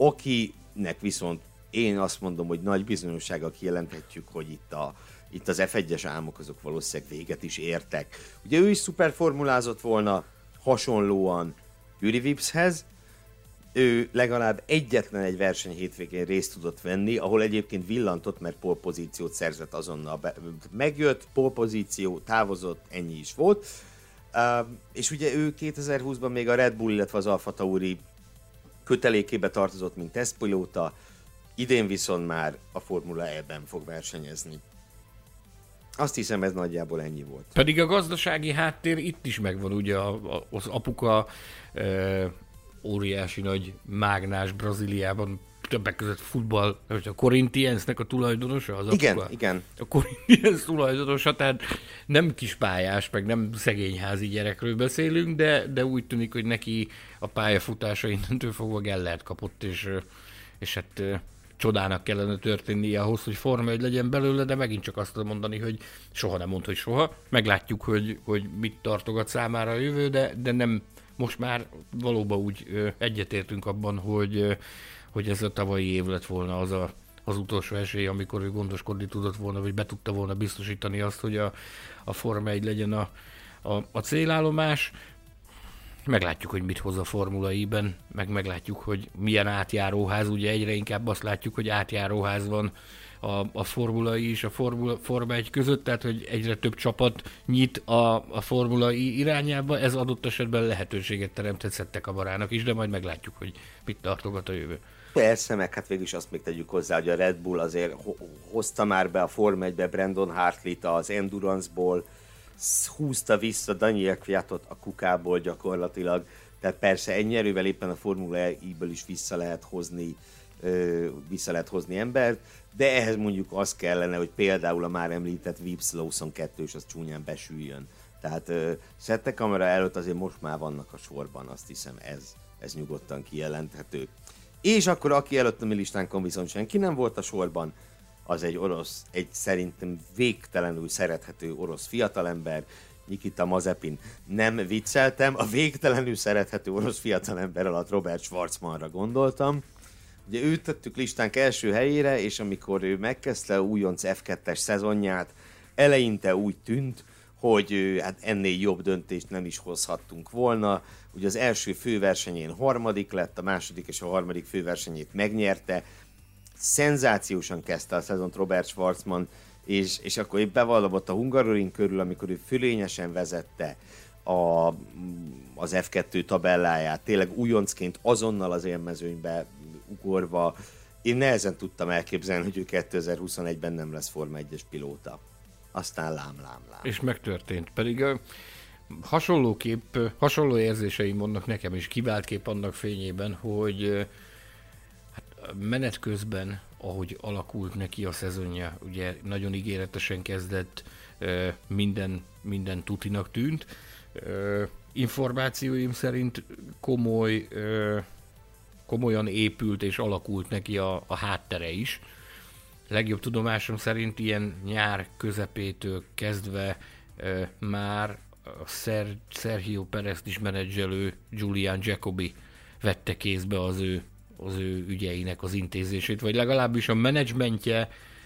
akinek viszont én azt mondom, hogy nagy bizonyossággal kijelenthetjük, hogy itt a Itt az ef egyes álmok azok valószínűleg véget is értek. Ugye ő is szuperformulázott volna, hasonlóan Jüri Vipshez. Ő legalább egyetlen egy verseny hétvégén részt tudott venni, ahol egyébként villantott, mert pole-pozíciót szerzett azonnal. Be. Megjött, pole-pozíció, távozott, ennyi is volt. Uh, és ugye ő kétezer-húszban még a Red Bull, illetve az Alfa Tauri kötelékébe tartozott, mint tesztpilóta. Idén viszont már a Formula E-ben fog versenyezni. Azt hiszem, ez nagyjából ennyi volt. Pedig a gazdasági háttér itt is megvan, ugye az apuka e, óriási nagy mágnás Brazíliában, többek között futball, a Corinthiansnek a tulajdonosa az igen, apuka. Igen, A Corinthians tulajdonosa, tehát nem kispályás, meg nem szegényházi gyerekről beszélünk, de, de úgy tűnik, hogy neki a pályafutása innentől fogva Gellert kapott, és, és hát csodának kellene történnie ahhoz, hogy Forma egy legyen belőle, de megint csak azt tudom mondani, hogy soha nem mond, hogy soha. Meglátjuk, hogy, hogy mit tartogat számára a jövő, de, de nem, most már valóban úgy egyetértünk abban, hogy, hogy ez a tavalyi év lett volna az a, az utolsó esély, amikor ő gondoskodni tudott volna, vagy be tudta volna biztosítani azt, hogy a, a Forma egy legyen a, a, a célállomás. Meglátjuk, hogy mit hoz a Formula I-ben, meg meglátjuk, hogy milyen átjáróház, ugye egyre inkább azt látjuk, hogy átjáróház van a, a Formula I és a Formula, Forma egy között, tehát hogy egyre több csapat nyit a, a Formula I irányába, ez adott esetben lehetőséget teremtett Sette Camarának is, de majd meglátjuk, hogy mit tartogat a jövő. Persze, meg hát végül is azt még tegyük hozzá, hogy a Red Bull azért hozta már be a Forma egybe Brandon Hartley-t az Endurance-ból, húzta vissza Daniel Kviatot a kukából gyakorlatilag, tehát persze ennyi erővel éppen a Formula I-ből is vissza lehet hozni, ö, vissza lehet hozni embert, de ehhez mondjuk az kellene, hogy például a már említett Vips Lawson kettős az csúnyán besüljön. Tehát ö, Sette Camara előtt azért most már vannak a sorban, azt hiszem ez, ez nyugodtan kijelenthető. És akkor aki előtt a mi listánkon viszont senki nem volt a sorban, az egy orosz, egy szerintem végtelenül szerethető orosz fiatalember, Nikita Mazepin. Nem vicceltem, a végtelenül szerethető orosz fiatalember alatt Robert Schwarzmanra gondoltam. Ugye őt tettük listánk első helyére, és amikor ő megkezdte a újonc ef kettes szezonját, eleinte úgy tűnt, hogy hát ennél jobb döntést nem is hozhattunk volna. Ugye az első főversenyén harmadik lett, a második és a harmadik főversenyét megnyerte, szenzációsan kezdte a szezont Robert Schwarzman, és, és akkor épp bevallott a Hungaroring körül, amikor ő fölényesen vezette a, az ef kettő tabelláját, tényleg újoncként azonnal az élmezőnybe ugorva. Én nehezen tudtam elképzelni, hogy ő kétezer-huszonegyben nem lesz Forma egyes pilóta. Aztán lám, lám, lám. És megtörtént. Pedig hasonlóképp, hasonló érzéseim vannak nekem is, kivált kép annak fényében, hogy hát menet közben, ahogy alakult neki a szezonja, ugye nagyon ígéretesen kezdett, minden, minden tutinak tűnt. Információim szerint komoly, komolyan épült és alakult neki a, a háttere is. Legjobb tudomásom szerint ilyen nyár közepétől kezdve már a Ser- Sergio Perezt is menedzselő Julian Jacobi vette kézbe az ő, az ő ügyeinek az intézését, vagy legalábbis a menedzsmentje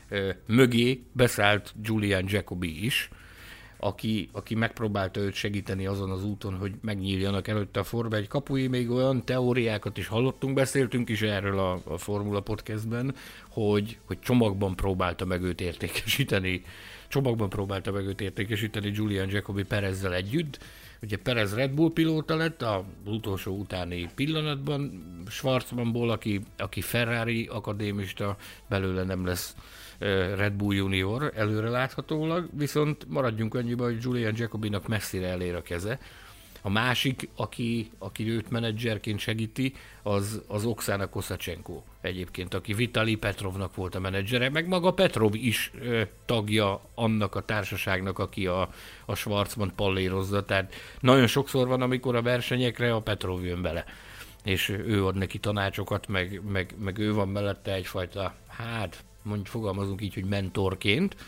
mögé beszállt Julian Jacobi is, aki, aki megpróbálta őt segíteni azon az úton, hogy megnyíljanak előtte a Forma egy kapui. Még olyan teóriákat is hallottunk, beszéltünk is erről a, a Formula Podcastben, hogy, hogy csomagban próbálta meg őt értékesíteni, csomagban próbálta meg őt értékesíteni Julian Jacobi Perezzel együtt. Ugye Perez Red Bull pilóta lett az utolsó utáni pillanatban, Schwarzmanból, aki, aki Ferrari akadémista, belőle nem lesz Red Bull Junior előre láthatólag, viszont maradjunk annyiban, hogy Julian Jacobinak messzire elér a keze. A másik, aki, aki őt menedzserként segíti, az, az Oksana Kosačenko egyébként, aki Vitali Petrovnak volt a menedzsere, meg maga Petrov is ö, tagja annak a társaságnak, aki a, a Schwarzman pallérozza. Tehát nagyon sokszor van, amikor a versenyekre a Petrov jön bele, és ő ad neki tanácsokat, meg, meg, meg ő van mellette egyfajta, hát mondjuk fogalmazunk így, hogy mentorként.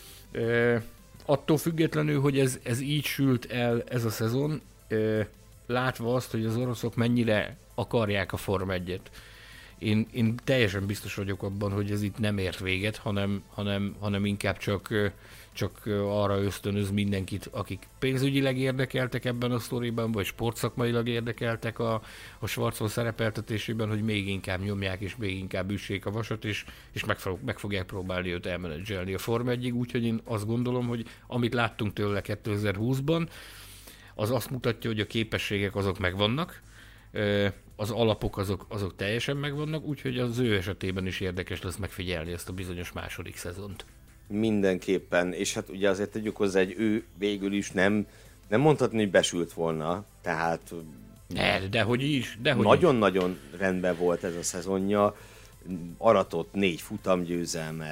E, attól függetlenül, hogy ez, ez így sült el ez a szezon, e, látva azt, hogy az oroszok mennyire akarják a Forma egyet. Én, én teljesen biztos vagyok abban, hogy ez itt nem ért véget, hanem, hanem, hanem inkább csak, csak arra ösztönöz mindenkit, akik pénzügyileg érdekeltek ebben a sztoriban, vagy sportszakmailag érdekeltek a, a Schwarzman szerepeltetésében, hogy még inkább nyomják, és még inkább üssék a vasat, és, és meg, meg fogják próbálni őt elmenedzselni a Forma egyig. Úgyhogy én azt gondolom, hogy amit láttunk tőle kétezer-húszban, az azt mutatja, hogy a képességek azok megvannak, az alapok azok, azok teljesen megvannak, úgyhogy az ő esetében is érdekes lesz megfigyelni ezt a bizonyos második szezont. Mindenképpen, és hát ugye azért tegyük hozzá, hogy ő végül is nem, nem mondhatni, hogy besült volna, tehát ne, dehogy is, dehogy nagyon-nagyon is. Rendben volt ez a szezonja, aratott négy futamgyőzelmet,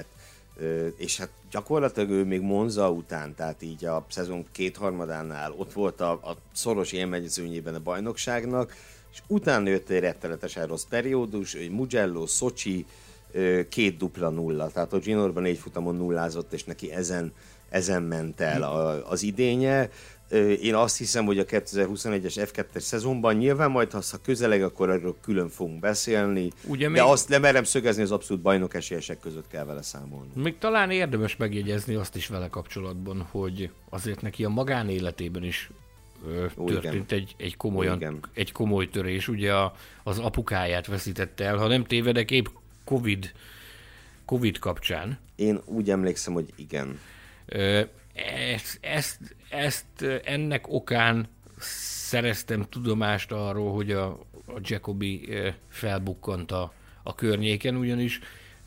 és hát gyakorlatilag ő még Monza után, tehát így a szezon kétharmadánál ott volt a, a szoros élmezőnyében a bajnokságnak, és utána jött egy rettenetesen rossz periódus, hogy Mugello, Szocsi, két dupla nulla, tehát a Ginorban négy futamon nullázott, és neki ezen, ezen ment el a, az idénye. Én azt hiszem, hogy a kétezer-huszonegyes ef kettes szezonban nyilván majd, ha közeleg, akkor erről külön fogunk beszélni, ugye de még... azt nem merem szögezni, az abszolút bajnok esélyesek között kell vele számolni. Még talán érdemes megjegyezni azt is vele kapcsolatban, hogy azért neki a magánéletében is ö, történt egy, egy, komolyan, egy komoly törés. Ugye a, az apukáját veszítette el, ha nem tévedek, épp Covid, Covid kapcsán. Én úgy emlékszem, hogy igen. Ö, Ezt, ezt, ezt ennek okán szereztem tudomást arról, hogy a, a Jacobi felbukkant a, a környéken, ugyanis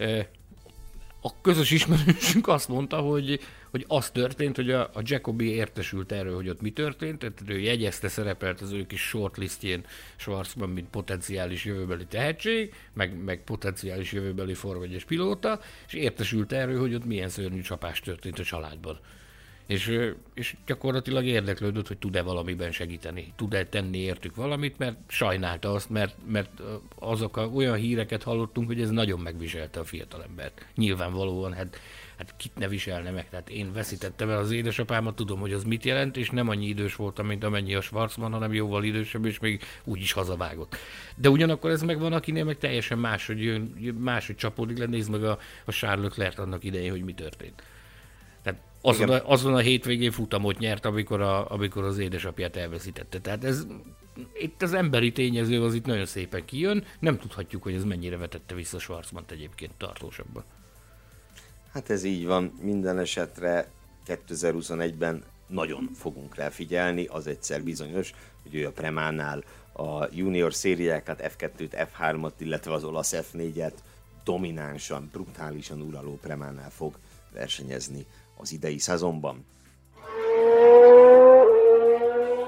a közös ismerősünk azt mondta, hogy, hogy az történt, hogy a, a Jacobi értesült erről, hogy ott mi történt, tehát ő jegyezte, szerepelt az ő kis shortlistjén Schwarzman, mint potenciális jövőbeli tehetség, meg, meg potenciális jövőbeli Forma egyes pilóta, és értesült erről, hogy ott milyen szörnyű csapás történt a családban. És, és gyakorlatilag érdeklődött, hogy tud-e valamiben segíteni, tud-e tenni értük valamit, mert sajnálta azt, mert, mert azok a, olyan híreket hallottunk, hogy ez nagyon megviselte a fiatalembert. Nyilvánvalóan, hát, hát kit ne viselne meg, tehát én veszítettem el az édesapámat, tudom, hogy az mit jelent, és nem annyi idős voltam, mint amennyi a Schwarzman, hanem jóval idősebb, és még úgy is hazavágott. De ugyanakkor ez megvan, akinél meg teljesen máshogy jön, máshogy csapódik le, nézd meg a, a Charles Leclerc annak idején, hogy mi történt. Tehát azon a, azon a hétvégén futamot nyert, amikor, a, amikor az édesapját elveszítette. Tehát ez, itt az emberi tényező az itt nagyon szépen kijön, nem tudhatjuk, hogy ez mennyire vetette vissza Schwarzmant egyébként tartósabban. Hát ez így van, minden esetre kétezer-huszonegyben nagyon fogunk rá figyelni, az egyszer bizonyos, hogy ő a Premánál a junior szériákat, ef kettőt, ef hármat, illetve az olasz ef négyet dominánsan, brutálisan uraló Premánál fog versenyezni az idei szezonban.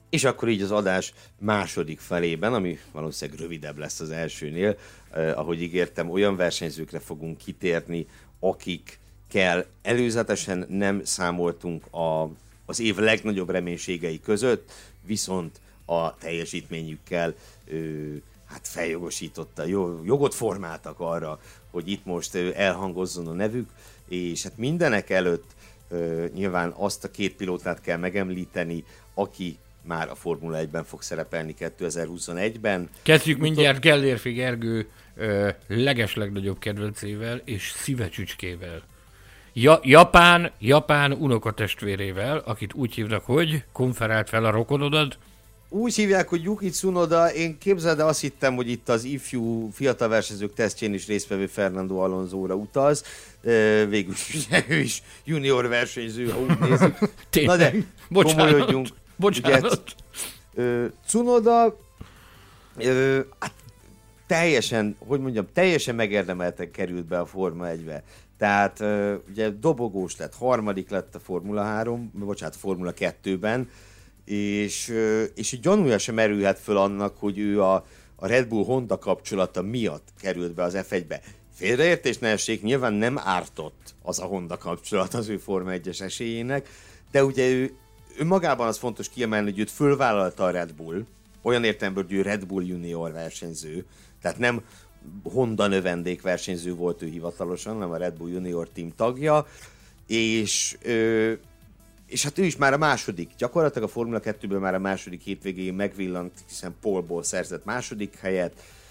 És akkor így az adás második felében, ami valószínűleg rövidebb lesz az elsőnél, eh, ahogy ígértem, olyan versenyzőkre fogunk kitérni, akikkel előzetesen nem számoltunk a, az év legnagyobb reménységei között, viszont a teljesítményükkel ö, hát feljogosította, jó, jogot formáltak arra, hogy itt most ö, elhangozzon a nevük, és hát mindenek előtt ö, nyilván azt a két pilótát kell megemlíteni, aki már a Formula egyben fog szerepelni kétezer-huszonegyben. Kezdjük mindjárt Gellérfi Gergő ö, legeslegnagyobb kedvencével és szívecsücskével. Ja, Japán, Japán unokatestvérével, akit úgy hívnak, hogy konferált fel a rokonodat. Úgy hívják, hogy Yuki Tsunoda, én képzeld, de azt hittem, hogy itt az ifjú fiatal versenyzők tesztjén is résztvevő Fernando Alonsóra utaz. Végül is, ő is junior versenyző, ha úgy nézzük. Na de, komolyodjunk. Bocsánat. Ugye, Tsunoda ö, hát, teljesen, hogy mondjam, teljesen megérdemelten került be a Forma egybe. Tehát ö, ugye dobogós lett, harmadik lett a Formula három, bocsánat, Formula kettőben, és, és így gyanúja sem merülhet föl annak, hogy ő a, a Red Bull-Honda kapcsolata miatt került be az ef egybe. Félreértés ne essék, nyilván nem ártott az a Honda kapcsolat az ő Forma egyes esélyének, de ugye ő, ő magában az fontos kiemelni, hogy őt fölvállalta a Red Bull, olyan értelemben, hogy ő Red Bull junior versenyző, tehát nem Honda növendék versenyző volt ő hivatalosan, hanem a Red Bull junior team tagja, és... Ö, És hát ő is már a második, gyakorlatilag a Formula kettőből már a második hétvégén megvillant, hiszen pole-ból szerzett második helyet.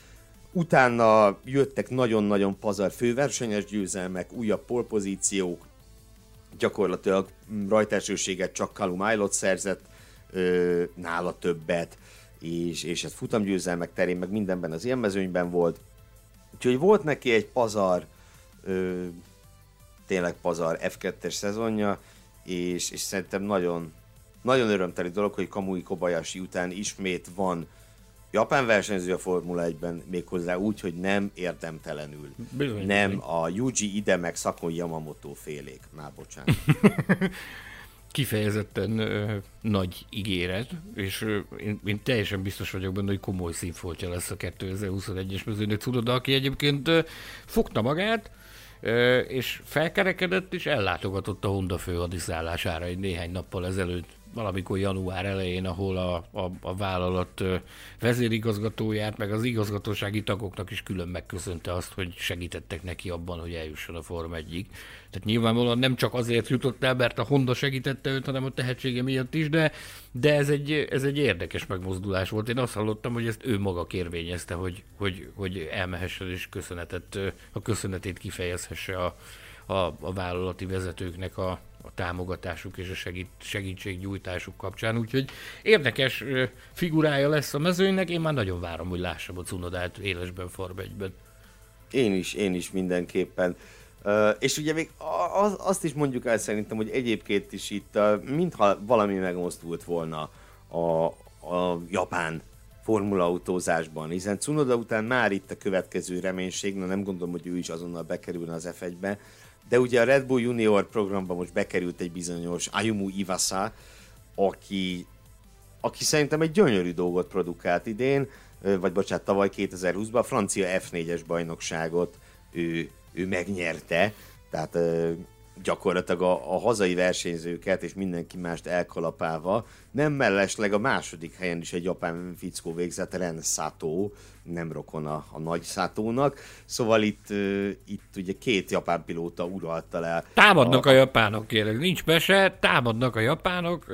Utána jöttek nagyon-nagyon pazar főversenyes győzelmek, újabb polpozíciók, gyakorlatilag rajtelsőséget csak Callum Ilott szerzett, ö, nála többet, és, és hát futamgyőzelmek terén meg mindenben az ilyen mezőnyben volt. Úgyhogy volt neki egy pazar, ö, tényleg pazar ef kettes szezonja, És, és szerintem nagyon, nagyon örömteli dolog, hogy Kamui Kobayashi után ismét van japán versenyző a Formula egyben, méghozzá úgy, hogy nem érdemtelenül. Bizony, nem bizony. a Yuji Ide meg Sakon Yamamoto félék. Már bocsánat. Kifejezetten ö, nagy ígéret, és ö, én, én teljesen biztos vagyok benne, hogy komoly színfoltja lesz a kétezer-huszonegyes mezőnynek Tsunoda, aki egyébként ö, fogta magát, és felkerekedett, és ellátogatott a Honda főhadiszállására egy néhány nappal ezelőtt, valamikor január elején, ahol a, a, a vállalat vezérigazgatóját, meg az igazgatósági tagoknak is külön megköszönte azt, hogy segítettek neki abban, hogy eljusson a Forma egyig. Tehát nyilvánvalóan nem csak azért jutott el, mert a Honda segítette őt, hanem a tehetsége miatt is, de, de ez, egy, ez egy érdekes megmozdulás volt. Én azt hallottam, hogy ezt ő maga kérvényezte, hogy, hogy, hogy elmehessen és köszönetet, a köszönetét kifejezhesse a, a, a vállalati vezetőknek a, a támogatásuk és a segít, segítségnyújtásuk kapcsán. Úgyhogy érdekes figurája lesz a mezőnynek, én már nagyon várom, hogy lássam a Tsunodát élesben, Forma egyben. Én is, én is mindenképpen. Uh, és ugye még az, azt is mondjuk el szerintem, hogy egyébként is itt, uh, mintha valami megmozdult volna a, a japán formulautózásban, hiszen Tsunoda után már itt a következő reménység, na nem gondolom, hogy ő is azonnal bekerülne az ef egybe, de ugye a Red Bull Junior programban most bekerült egy bizonyos Ayumu Iwasa, aki, aki szerintem egy gyönyörű dolgot produkált idén, vagy bocsánat, tavaly kétezer-húszban a francia ef négyes bajnokságot ő, ő megnyerte, tehát gyakorlatilag a, a hazai versenyzőket és mindenki mást elkalapálva, nem mellesleg a második helyen is egy japán fickó végzett, Ren Sato, nem rokon a, a nagy Satónak, szóval itt, uh, itt ugye két japán pilóta uralta le. Támadnak a, a japánok, kérlek, nincs mese, támadnak a japánok.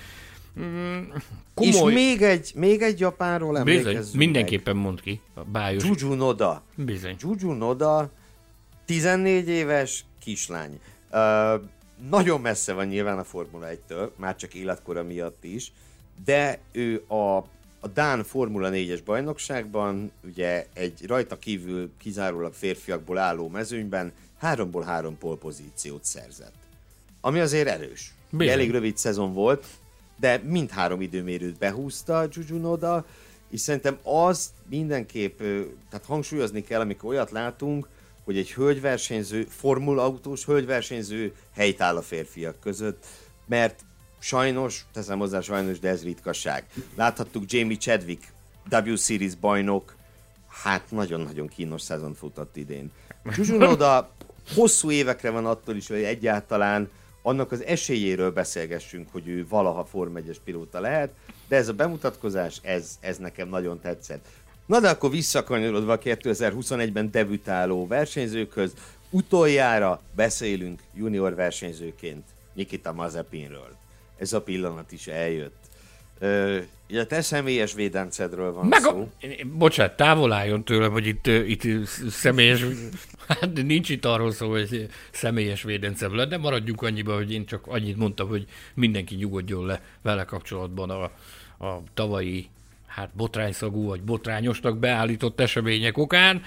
Mm, és még egy, még egy japánról emlékezzünk. Bizony, mindenképpen mondd ki. A bájos. Juju Noda. Bizony. Juju Noda, tizennégy éves kislány. Uh, nagyon messze van nyilván a Formula egytől, már csak életkora miatt is, de ő a, a Dán Formula négyes bajnokságban, ugye egy rajta kívül kizárólag férfiakból álló mezőnyben háromból három polpozíciót szerzett. Ami azért erős. Elég rövid szezon volt, de mindhárom időmérőt behúzta Juju Noda, és szerintem azt mindenképp, tehát hangsúlyozni kell, amikor olyat látunk, hogy egy hölgyversenyző, formulautós hölgyversenyző helytáll a férfiak között, mert sajnos, teszem hozzá sajnos, de ez ritkaság. Láthattuk Jamie Chadwick, W Series bajnok, hát nagyon-nagyon kínos szezon futott idén. Juju Noda hosszú évekre van attól is, hogy egyáltalán annak az esélyéről beszélgessünk, hogy ő valaha Forma egyes pilóta lehet, de ez a bemutatkozás, ez, ez nekem nagyon tetszett. Na de akkor visszakanyarodva a kétezer-huszonegyben debütáló versenyzőkhöz, utoljára beszélünk junior versenyzőként Nikita Mazepinről. Ez a pillanat is eljött. Ö, ugye te személyes védencedről van Meg szó. A... Bocsánat, távol álljon tőlem, hogy itt, itt személyes... Hát nincs itt arról szó, hogy személyes védencem lenne, de maradjunk annyiba, hogy én csak annyit mondtam, hogy mindenki nyugodjon le vele kapcsolatban a, a tavalyi hát botrányszagú vagy botrányosnak beállított események okán.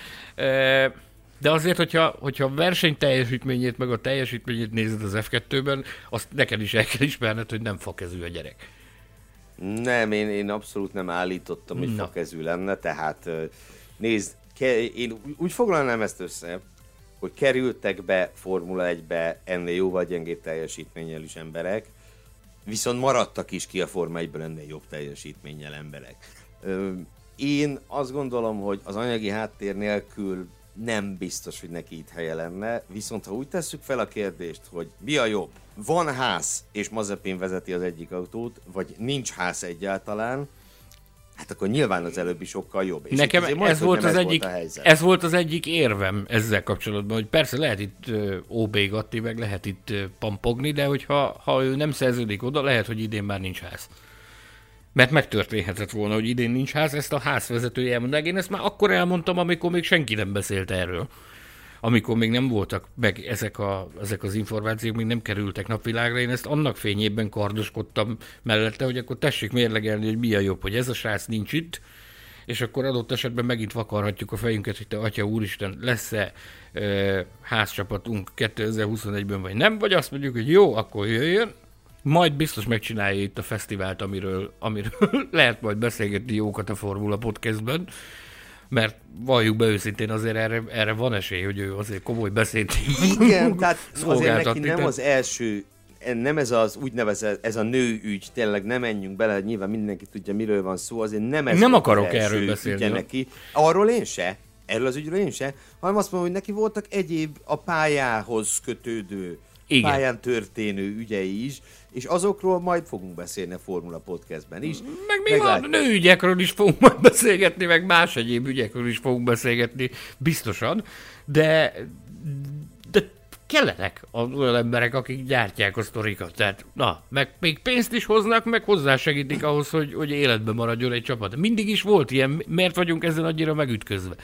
De azért, hogyha, hogyha a verseny teljesítményét, meg a teljesítményét nézed az ef kettőben, azt neked is el kell ismerned, hogy nem fakezű a gyerek. Nem, én, én abszolút nem állítottam, hogy Na. fakezű lenne, tehát nézd, ke- én úgy foglalnám ezt össze, hogy kerültek be Formula egybe ennél jóval gyengébb teljesítménnyel is emberek, viszont maradtak is ki a Forma egyből ennél jobb teljesítménnyel emberek. Én azt gondolom, hogy az anyagi háttér nélkül nem biztos, hogy neki itt helye lenne, viszont ha úgy tesszük fel a kérdést, hogy mi a jobb, van ház és Mazepin vezeti az egyik autót, vagy nincs ház egyáltalán, hát akkor nyilván az előbbi sokkal jobb. És Nekem ez, majd, volt az ez egyik, volt ez volt az egyik érvem ezzel kapcsolatban, hogy persze lehet itt uh, óbégatni, meg lehet itt uh, pampogni, de hogyha ha ő nem szerződik oda, lehet, hogy idén már nincs ház. Mert megtörténhetett volna, hogy idén nincs ház, ezt a házvezetője elmondták. Én ezt már akkor elmondtam, amikor még senki nem beszélt erről. Amikor még nem voltak meg ezek, a, ezek az információk, még nem kerültek napvilágra, én ezt annak fényében kardoskodtam mellette, hogy akkor tessék mérlegelni, hogy mi a jobb, hogy ez a srác nincs itt, és akkor adott esetben megint vakarhatjuk a fejünket, hogy te atya úristen, lesz-e e, házcsapatunk kétezer-huszonegyben, vagy nem, vagy azt mondjuk, hogy jó, akkor jöjjön, majd biztos megcsinálja itt a fesztivált, amiről, amiről lehet majd beszélgetni jókat a Formula Podcastben, mert valljuk be őszintén, azért erre, erre van esély, hogy ő azért komoly beszélt. Igen, tehát azért neki nem az első, nem ez az úgynevezett, ez a nőügy, tényleg nem menjünk bele, nyilván mindenki tudja, miről van szó, azért nem ez nem akarok az erről beszélni. Neki. Arról én se, erről az ügyről én se, hanem azt mondom, hogy neki voltak egyéb a pályához kötődő, igen, pályán történő ügyei is, és azokról majd fogunk beszélni a Formula Podcastben is. Meg még a nőügyekről is fogunk majd beszélgetni, meg más egyéb ügyekről is fogunk beszélgetni, biztosan, de, de kellenek az olyan emberek, akik gyártják a sztorikat. Tehát, na, meg még pénzt is hoznak, meg hozzásegítik ahhoz, hogy, hogy életben maradjon egy csapat. Mindig is volt ilyen, miért vagyunk ezzel annyira megütközve?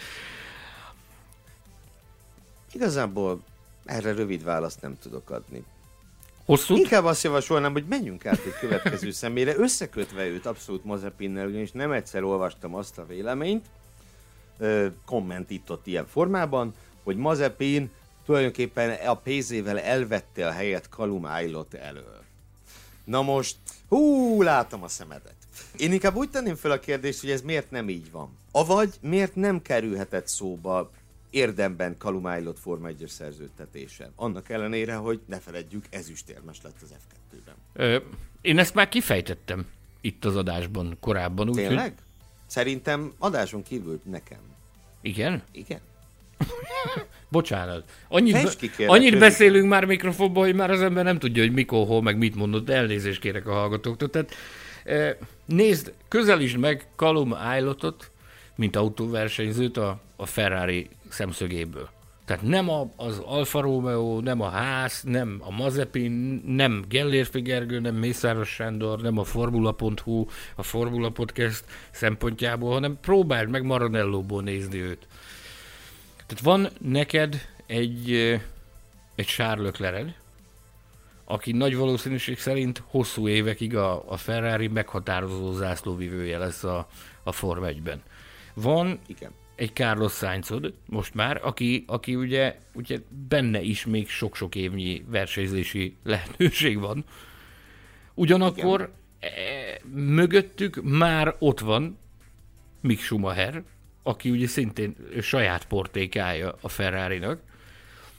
Igazából erre rövid választ nem tudok adni. Hosszút? Inkább azt javasolnám, hogy menjünk át egy következő személyre, összekötve őt abszolút Mazepinnel, ugyanis nem egyszer olvastam azt a véleményt, komment itt ott ilyen formában, hogy Mazepin tulajdonképpen a pé zével elvette a helyet Callum Aylott elől. Na most, hú, látom a szemedet. Én inkább úgy tenném fel a kérdést, hogy ez miért nem így van. Avagy miért nem kerülhetett szóba érdemben Callum Aylott Forma egyes szerződtetése. Annak ellenére, hogy ne feledjük, ezüstérmes lett az ef kettőben. Ö, én ezt már kifejtettem itt az adásban korábban. Úgy, tényleg? hogy... Szerintem adáson kívül nekem. Igen? Igen. Bocsánat. Annyit, be, kérlek, annyit rövid. beszélünk már mikrofonban, hogy már az ember nem tudja, hogy mikor, hol, meg mit mondott. Elnézést kérek a hallgatóktól. Tehát eh, nézd, közelítsd meg Callum Aylottot, mint autóversenyzőt a, a Ferrari szemszögéből. Tehát nem a, az Alfa Romeo, nem a Haas, nem a Mazepin, nem Gellérfi Gergő, nem Mészáros Sándor, nem a Formula pont hu, a Formula Podcast szempontjából, hanem próbáld meg Maranellóból nézni őt. Tehát van neked egy, egy Charles Leclerc, aki nagy valószínűség szerint hosszú évekig a, a Ferrari meghatározó zászlóvivője lesz a, a Forma egyben. Van Igen. egy Carlos Sainzod most már, aki, aki ugye, ugye benne is még sok-sok évnyi versenyzési lehetőség van. Ugyanakkor e, mögöttük már ott van Mick Schumacher, aki ugye szintén saját portékája a Ferrarinak.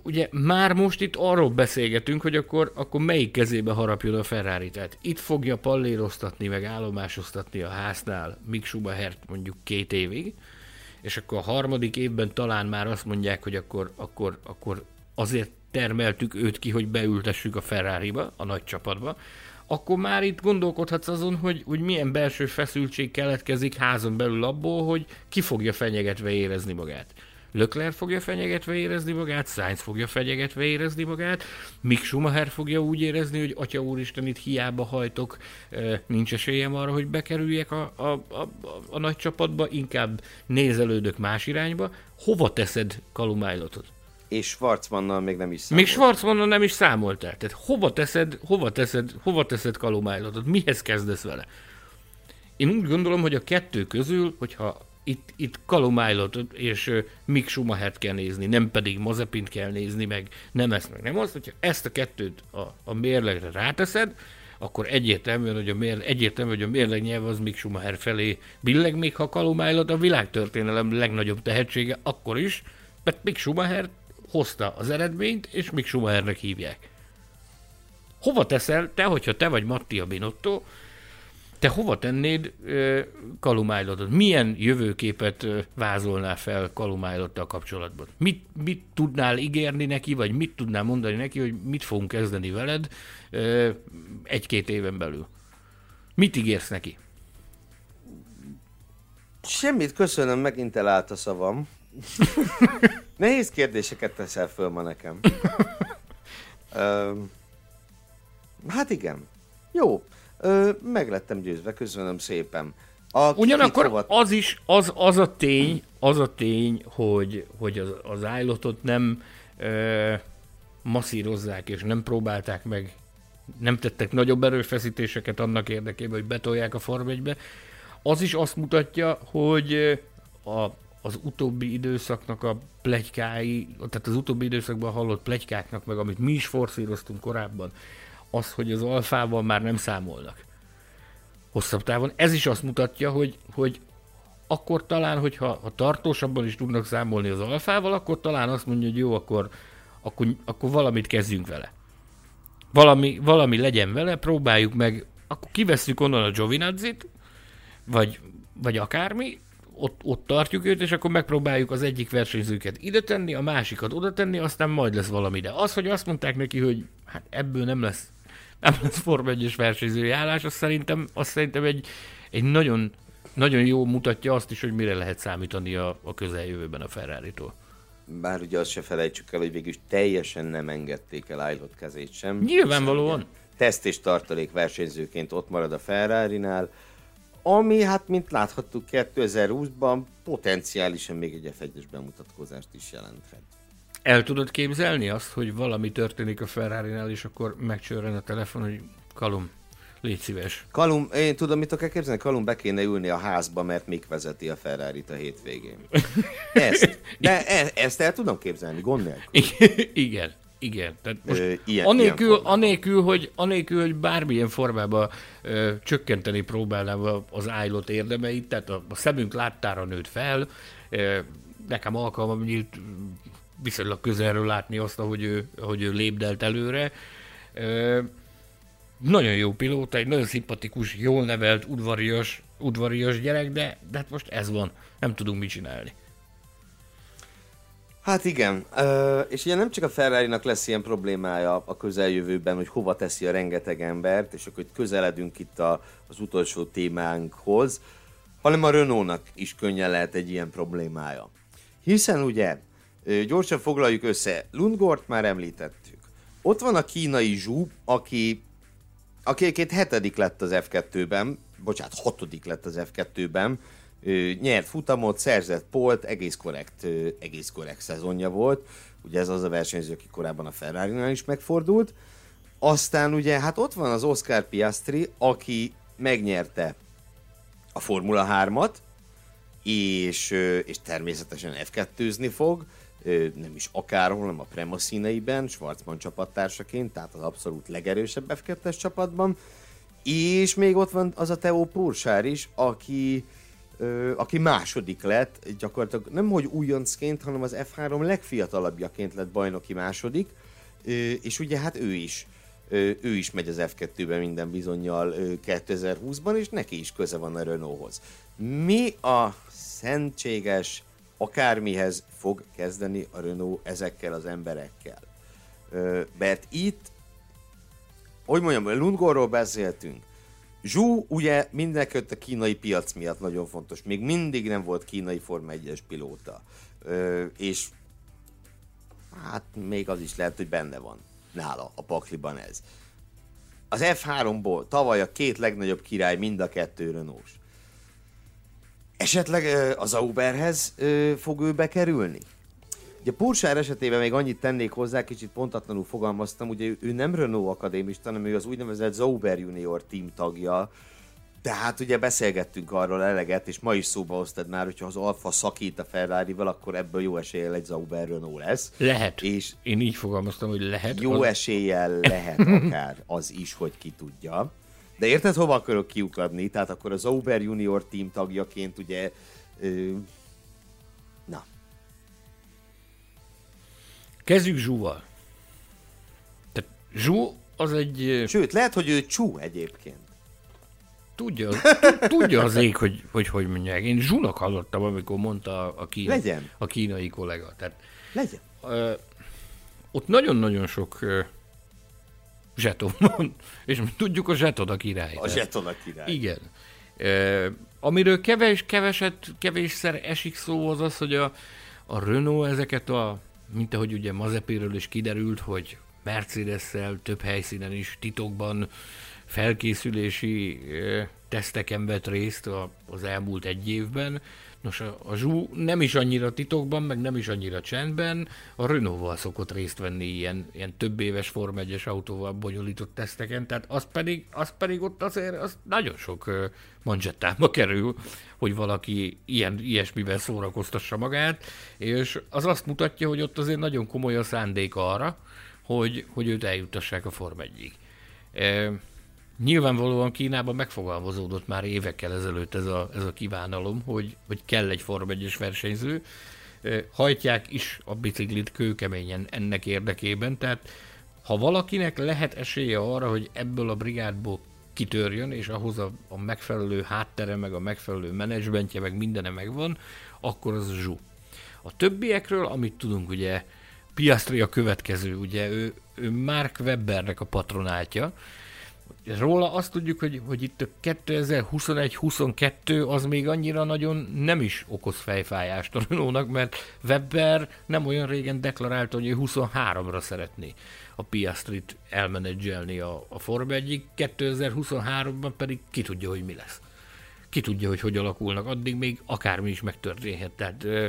ugye már most itt arról beszélgetünk, hogy akkor, akkor melyik kezébe harapjon a Ferrari. Tehát itt fogja palléroztatni, meg állomásoztatni a háznál Mick Schumachert mondjuk két évig, és akkor a harmadik évben talán már azt mondják, hogy akkor, akkor, akkor azért termeltük őt ki, hogy beültessük a Ferrariba, a nagy csapatba, akkor már itt gondolkodhatsz azon, hogy, hogy milyen belső feszültség keletkezik házon belül abból, hogy ki fogja fenyegetve érezni magát. Leclerc fogja fenyegetve érezni magát, Sainz fogja fenyegetve érezni magát, Mick Schumacher fogja úgy érezni, hogy atya úristen, itt hiába hajtok, nincs esélyem arra, hogy bekerüljek a, a, a, a, a nagy csapatba, inkább nézelődök más irányba. Hova teszed Callum Aylotot? És Schwarzmannal még nem is számolt. Még Schwarzmannal nem is számoltál. Tehát hova teszed, hova teszed, hova teszed Callum Aylotot? Mihez kezdesz vele? Én úgy gondolom, hogy a kettő közül, hogyha itt, itt Callum Aylotot és Mick Schumachert kell nézni, nem pedig Mazepint kell nézni, meg nem ezt, meg nem azt, hogyha ezt a kettőt a, a mérlegre ráteszed, akkor egyértelműen, hogy a, mérleg, egyértelmű, hogy a mérleg nyelv az Mick Schumacher felé billeg, még ha Callum Aylot a világtörténelem legnagyobb tehetsége, akkor is, mert Mick Schumacher hozta az eredményt, és Mick Schumachernek hívják. Hova teszel, te, hogyha te vagy Mattia Binotto, te hova tennéd uh, Callum Aylotot? Milyen jövőképet uh, vázolnál fel Callum Aylottal kapcsolatban? Mit, mit tudnál ígérni neki, vagy mit tudnál mondani neki, hogy mit fogunk kezdeni veled uh, egy-két éven belül? Mit ígérsz neki? Semmit, köszönöm, megint elállt a szavam. Nehéz kérdéseket teszel föl ma nekem. uh, hát igen. Jó. Ö, meg lettem győzve, köszönöm szépen. A Ugyanakkor hova... az is, az, az a tény, az a tény, hogy, hogy az, az Aylotot nem ö, masszírozzák, és nem próbálták meg, nem tettek nagyobb erőfeszítéseket annak érdekében, hogy betolják a Forma egybe, az is azt mutatja, hogy a, az utóbbi időszaknak a pletykái, tehát az utóbbi időszakban hallott pletykáknak, meg amit mi is forszíroztunk korábban, az, hogy az Alfával már nem számolnak hosszabb távon. Ez is azt mutatja, hogy, hogy akkor talán, hogyha ha tartósabban is tudnak számolni az Alfával, akkor talán azt mondja, hogy jó, akkor, akkor, akkor valamit kezdjünk vele. Valami, valami legyen vele, próbáljuk meg, akkor kivesszük onnan a Giovinazzi-t, vagy, vagy akármi, ott, ott tartjuk őt, és akkor megpróbáljuk az egyik versenyzőket ide tenni, a másikat oda tenni, aztán majd lesz valami. De az, hogy azt mondták neki, hogy hát ebből nem lesz nem lesz Forma egyes versenyzői állás, azt szerintem, azt szerintem egy, egy nagyon, nagyon jó mutatja azt is, hogy mire lehet számítani a, a közeljövőben a Ferraritól. Bár ugye azt se felejtsük el, hogy végül teljesen nem engedték el Aylot kezét sem. Nyilvánvalóan. Teszt és tartalék versenyzőként ott marad a Ferrarinál, ami hát, mint láthattuk kétezer-húszban, potenciálisan még egy ef egyes bemutatkozást is jelenthet. El tudod képzelni azt, hogy valami történik a Ferrarinál, és akkor megcsörren a telefon, hogy Callum, légy szíves. Callum, én tudom, mit kell képzelni? Callum be kéne ülni a házba, mert Mick vezeti a Ferrarit a hétvégén. Ezt. De e, ezt el tudom képzelni, gond nélkül. Igen, igen. Tehát most ö, ilyen, anélkül, ilyen anélkül, hogy, anélkül, hogy bármilyen formában ö, csökkenteni próbálnám az Aylot érdemeit, tehát a, a szemünk láttára nőtt fel, ö, nekem alkalmam nyílt viszonylag közelről látni azt, ahogy ő, ahogy ő lépdelt előre. Ö, nagyon jó pilóta, egy nagyon szimpatikus, jól nevelt, udvarias, udvarias gyerek, de, de hát most ez van. Nem tudunk mit csinálni. Hát igen, Ö, és ugye nem csak a Ferrarinak lesz ilyen problémája a közeljövőben, hogy hova teszi a rengeteg embert, és akkor közeledünk itt a, az utolsó témánkhoz, hanem a Renault-nak is könnyen lehet egy ilyen problémája. Hiszen ugye, gyorsan foglaljuk össze, Lundgaardt már említettük. Ott van a kínai Zhu, aki, aki egyébként hetedik lett az ef kettőben, bocsánat, hatodik lett az ef kettőben, nyert futamot, szerzett polt, egész korrekt, egész korrekt szezonja volt. Ugye ez az a versenyző, aki korábban a Ferrarinál is megfordult. Aztán ugye, hát ott van az Oscar Piastri, aki megnyerte a Formula hármat, és, és természetesen ef kettőzni fog, nem is akárhol, hanem a Prema színeiben, Schwarzman csapattársaként, tehát az abszolút legerősebb ef kettes csapatban. És még ott van az a Theo Pourchaire is, aki aki második lett, gyakorlatilag nem hogy újoncként, hanem az ef három legfiatalabbjaként lett bajnoki második, és ugye hát ő is, ő is megy az ef kettőbe minden bizonnyal kétezer-húszban, és neki is köze van a Renaulthoz. Mi a szentséges akármihez fog kezdeni a Renault ezekkel az emberekkel? Mert itt, hogy mondjam, Lundgaardról beszéltünk, Zhou ugye mindenköt a kínai piac miatt nagyon fontos. Még mindig nem volt kínai Forma egyes pilóta. Ö, és hát még az is lehet, hogy benne van nála a pakliban ez. Az ef háromból tavaly a két legnagyobb király mind a kettő Renault-s. Esetleg ö, az Sauberhez ö, fog ő bekerülni? Ugye Pourchaire esetében még annyit tennék hozzá, kicsit pontatlanul fogalmaztam, ugye ő, ő nem Renault akadémista, hanem ő az úgynevezett Sauber Junior team tagja. Tehát ugye beszélgettünk arról eleget, és ma is szóba hoztad már, hogyha az Alfa szakít a Ferrarival, akkor ebből jó eséllyel egy Sauber Renault lesz. Lehet. És én így fogalmaztam, hogy lehet. Jó az... eséllyel lehet akár az is, hogy ki tudja. De érted, hova akarok kiukadni? Tehát akkor a Sauber Junior team tagjaként ugye... Ö... Na. Kezdjük Zsúval. Tehát Zsú az egy... Sőt, lehet, hogy ő Csú egyébként. Tudja, tudja az ég, hogy, hogy hogy mondják. Én Zsúnak hallottam, amikor mondta a, kín, a kínai kollega. Tehát, Legyen. Ö, ott nagyon-nagyon sok ö, zseton van, és tudjuk, a zseton a király. A zseton a király. Igen. Ö, amiről keves, keveset, kevésszer esik szó az az, hogy a, a Renault ezeket a, mint ahogy ugye Mazepéről is kiderült, hogy Mercedes-szel több helyszínen is titokban felkészülési ö, teszteken vett részt a, az elmúlt egy évben. Nos, a, a Zsú nem is annyira titokban, meg nem is annyira csendben, a Renault-val szokott részt venni ilyen, ilyen több éves Forma egyes autóval bonyolított teszteken, tehát az pedig, az pedig ott azért az nagyon sok ö, manzsettába kerül, hogy valaki ilyen, ilyesmivel szórakoztassa magát, és az azt mutatja, hogy ott azért nagyon komoly a szándék arra, hogy, hogy őt eljutassák a Forma egyig. E, Nyilvánvalóan Kínában megfogalmazódott már évekkel ezelőtt ez a, ez a kívánalom, hogy, hogy kell egy Forma egyes versenyző. Hajtják is a biciklit kőkeményen ennek érdekében, tehát ha valakinek lehet esélye arra, hogy ebből a brigádból kitörjön, és ahhoz a, a megfelelő háttere, meg a megfelelő menedzsmentje, meg mindene megvan, akkor az Zhou. A többiekről, amit tudunk, ugye Piastri a következő, ugye ő, ő Mark Webbernek a patronátja. Róla azt tudjuk, hogy, hogy itt a kétezer-huszonegy huszonkettő az még annyira nagyon nem is okoz fejfájást a Renault-nak, mert Webber nem olyan régen deklarálta, hogy ő huszonháromra szeretné a Piastrit elmenedzselni a, a Forma egyig, kétezer-huszonháromban pedig ki tudja, hogy mi lesz. Ki tudja, hogy hogy alakulnak, addig még akármi is megtörténhet. Tehát ö,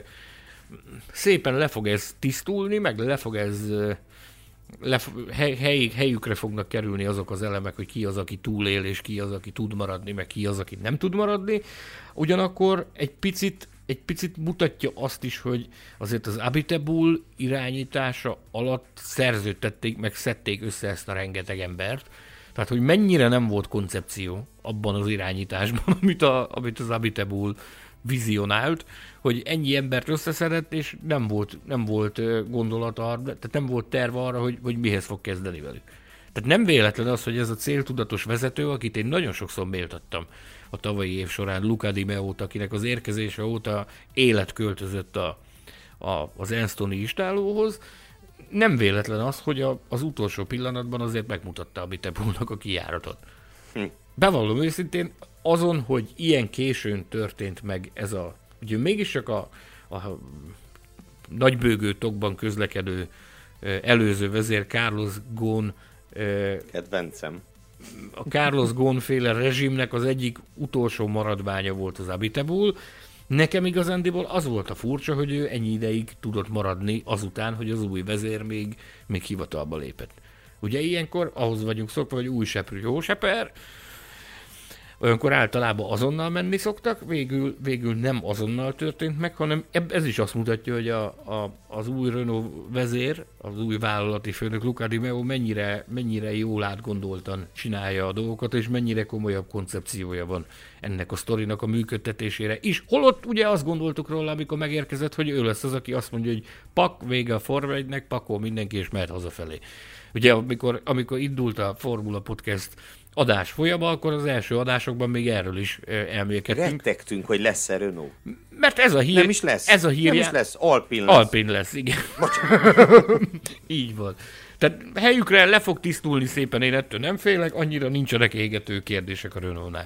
szépen le fog ez tisztulni, meg le fog ez... Ö, Le, hely, hely, helyükre fognak kerülni azok az elemek, hogy ki az, aki túlél, és ki az, aki tud maradni, meg ki az, aki nem tud maradni. Ugyanakkor egy picit, egy picit mutatja azt is, hogy azért az Abiteboul irányítása alatt szerződtették, meg szedték össze ezt a rengeteg embert. Tehát, hogy mennyire nem volt koncepció abban az irányításban, amit, a, amit az Abiteboul vizionált, hogy ennyi embert összeszedett, és nem volt, nem volt gondolat arra, tehát nem volt terv arra, hogy, hogy mihez fog kezdeni velük. Tehát nem véletlen az, hogy ez a céltudatos vezető, akit én nagyon sokszor méltattam a tavalyi év során, Luca Di Meót, akinek az érkezése óta élet költözött a, a, az Enstoni istálóhoz, nem véletlen az, hogy a, az utolsó pillanatban azért megmutatta a Abiteboulnak a kijáratot. Hm. Bevallom őszintén, azon, hogy ilyen későn történt meg ez a, ugye mégiscsak a, a nagybőgő tokban közlekedő előző vezér Carlos Ghosn, kedvencem. A Carlos Ghosn féle rezsimnek az egyik utolsó maradványa volt az Abiteboul. Nekem igazándiból az volt a furcsa, hogy ő ennyi ideig tudott maradni azután, hogy az új vezér még, még hivatalba lépett. Ugye ilyenkor ahhoz vagyunk szokva, hogy új seprű, jó seper. Olyankor általában azonnal menni szoktak, végül, végül nem azonnal történt meg, hanem ez is azt mutatja, hogy a, a, az új Renault vezér, az új vállalati főnök Luca Di Meo mennyire, mennyire jól átgondoltan csinálja a dolgokat, és mennyire komolyabb koncepciója van ennek a sztorinak a működtetésére is. Holott ugye azt gondoltuk róla, amikor megérkezett, hogy ő lesz az, aki azt mondja, hogy pak, vége a Forma egynek, pakol mindenki, és mehet hazafelé. Ugye amikor, amikor indult a Formula Podcast adás folyama, akkor az első adásokban még erről is elmélkedtünk. Rettegtünk, hogy lesz-e Renault. Mert ez a hír... Nem is lesz. Ez a hír Nem já... is lesz. Alpine lesz. Alpine lesz, igen. Így van. Tehát helyükre le fog tisztulni szépen, én ettől nem félek, annyira nincsenek égető kérdések a Renault-nál.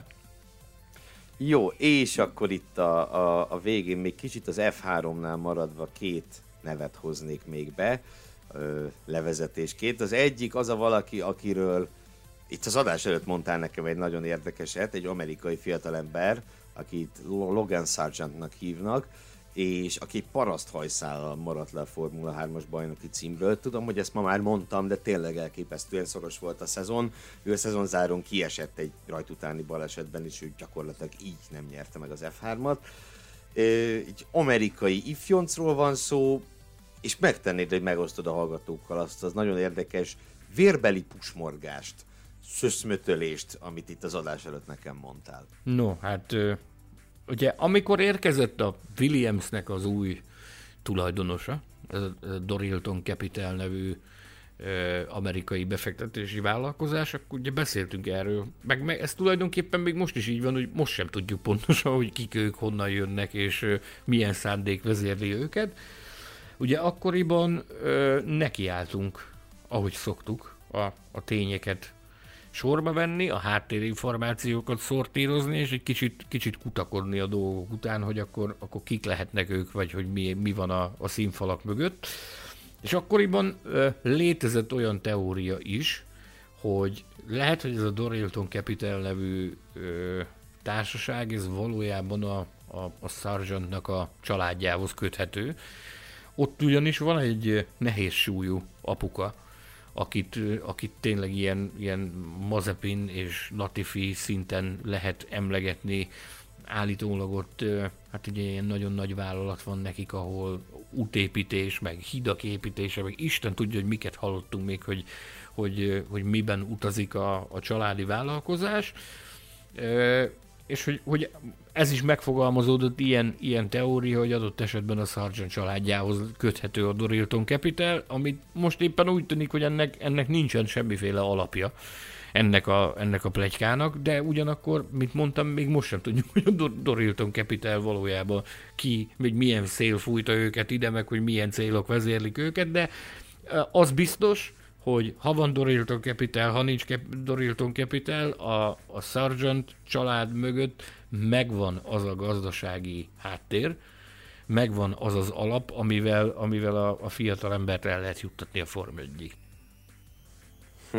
Jó, és akkor itt a, a, a végén még kicsit az ef háromnál maradva két nevet hoznék még be, ö, levezetésként. Az egyik az a valaki, akiről itt az adás előtt mondtál nekem egy nagyon érdekeset, egy amerikai fiatalember, akit Logan Sargentnak hívnak, és aki paraszthajszállal maradt le a Formula hármas bajnoki címről. Tudom, hogy ezt ma már mondtam, de tényleg elképesztően szoros volt a szezon. Ő a szezonzáron kiesett egy rajt utáni balesetben, és ő gyakorlatilag így nem nyerte meg az ef hármat. Egy amerikai ifjoncról van szó, és megtennéd, hogy megosztod a hallgatókkal azt az nagyon érdekes vérbeli pusmorgást, szöszmötölést, amit itt az adás előtt nekem mondtál. No, hát ugye amikor érkezett a Williamsnek az új tulajdonosa, ez a Dorilton Capital nevű amerikai befektetési vállalkozás, akkor ugye beszéltünk erről, meg, meg ez tulajdonképpen még most is így van, hogy most sem tudjuk pontosan, hogy kik ők, honnan jönnek, és milyen szándék vezérli őket. Ugye akkoriban nekiálltunk, ahogy szoktuk, a, a tényeket sorba venni, a háttérinformációkat szortírozni, és egy kicsit, kicsit kutakodni a dolgok után, hogy akkor, akkor kik lehetnek ők, vagy hogy mi, mi van a, a színfalak mögött. És akkoriban ö, létezett olyan teória is, hogy lehet, hogy ez a Dorilton Capital nevű ö, társaság, ez valójában a, a, a Sargentnak a családjához köthető. Ott ugyanis van egy nehéz súlyú apuka, akit, akit tényleg ilyen, ilyen Mazepin és Latifi szinten lehet emlegetni. Állítólag ott, hát ugye ilyen nagyon nagy vállalat van nekik, ahol útépítés, meg hidak építése, meg Isten tudja, hogy miket hallottunk még, hogy, hogy, hogy miben utazik a, a családi vállalkozás. E, és hogy, hogy ez is megfogalmazódott ilyen, ilyen teória, hogy adott esetben a Sargent családjához köthető a Dorilton Capital, amit most éppen úgy tűnik, hogy ennek, ennek nincsen semmiféle alapja. Ennek a, ennek a pletykának, de ugyanakkor, mint mondtam, még most sem tudjuk, hogy a Dorilton Capital valójában ki, még milyen szél fújta őket ide, meg hogy milyen célok vezérlik őket, de az biztos, hogy ha van Dorilton Capital, ha nincs Dorilton Capital, a, a Sargent család mögött megvan az a gazdasági háttér, megvan az az alap, amivel, amivel a, a fiatal embert el lehet juttatni a Forma egyig. Hm.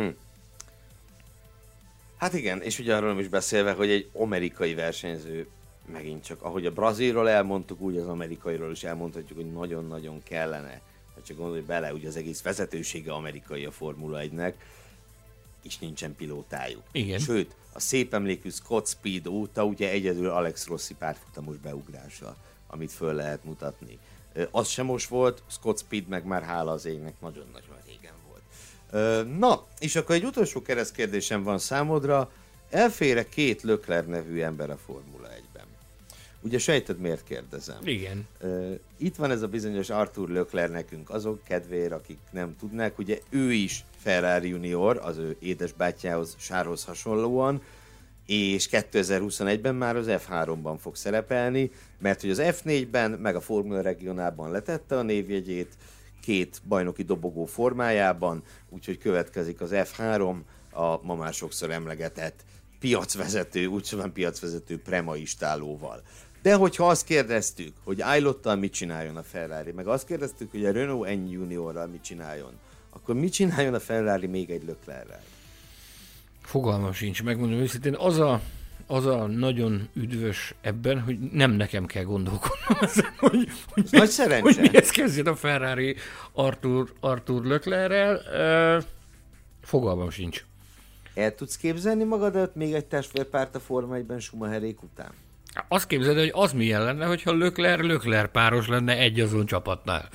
Hát igen, és ugye arról is beszélve, hogy egy amerikai versenyző, megint csak, ahogy a brazilról elmondtuk, úgy az amerikairól is elmondhatjuk, hogy nagyon-nagyon kellene. Ha csak gondolj bele, ugye az egész vezetősége amerikai a Formula egynek, és nincsen pilótájuk. Igen. Sőt, a szép emlékű Scott Speed óta ugye egyedül Alex Rossi párfutamos beugrása, amit föl lehet mutatni. Az sem most volt, Scott Speed meg már hála az égnek nagyon-nagyon régen volt. Na, és akkor egy utolsó keresztkérdésem van számodra. Elfér-e két Leclerc nevű ember a Formula egyben? Ugye sejted, miért kérdezem? Igen. Itt van ez a bizonyos Arthur Leclerc nekünk azok kedvéért, akik nem tudnák. Ugye ő is Ferrari junior, az ő édesbátyjához, Charleshoz hasonlóan, és kétezer-huszonegyben már az ef háromban fog szerepelni, mert hogy az ef négyben, meg a Formula Regionálban letette a névjegyét, két bajnoki dobogó formájában, úgyhogy következik az ef három, a ma már sokszor emlegetett piacvezető, úgyhogy piacvezető Prema istálóval. De hogyha azt kérdeztük, hogy Ailottal mit csináljon a Ferrari, meg azt kérdeztük, hogy a Renault N juniorral mit csináljon, akkor mit csináljon a Ferrari még egy Leclerc-rel? Fogalmam sincs, megmondom őszintén, az a, az a nagyon üdvös ebben, hogy nem nekem kell gondolkodnom ezen, hogy, hogy, nagy szerencse. hogy mihez kezdjen a Ferrari Arthur, Arthur Leclerc-rel. Uh, fogalmam sincs. El tudsz képzelni magadat még egy testvérpárt a Forma egyben Schumacherék után? Azt képzeld, hogy az milyen lenne, hogyha Leclerc-Leclerc páros lenne egy azon csapatnál.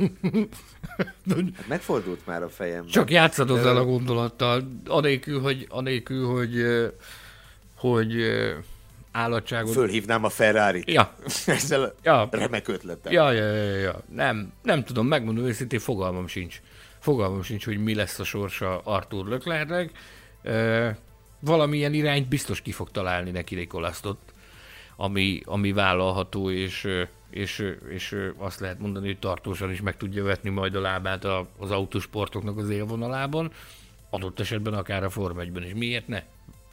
Hát megfordult már a fejemben. Csak játszadozzál a gondolattal, anélkül, hogy, anélkül, hogy, hogy állatságot... Fölhívnám a Ferrarit. Ja. Ezzel a ja. remek ötletem. Ja, ja, ja, ja. Nem, nem tudom, megmondom őszintén, fogalmam sincs. Fogalmam sincs, hogy mi lesz a sorsa Arthur Leclercnek. E, valamilyen irányt biztos ki fog találni neki Nicolastot, ami, ami vállalható, és, és, és azt lehet mondani, hogy tartósan is meg tudja vetni majd a lábát az autósportoknak az élvonalában, adott esetben akár a Forma egyben is. Miért ne?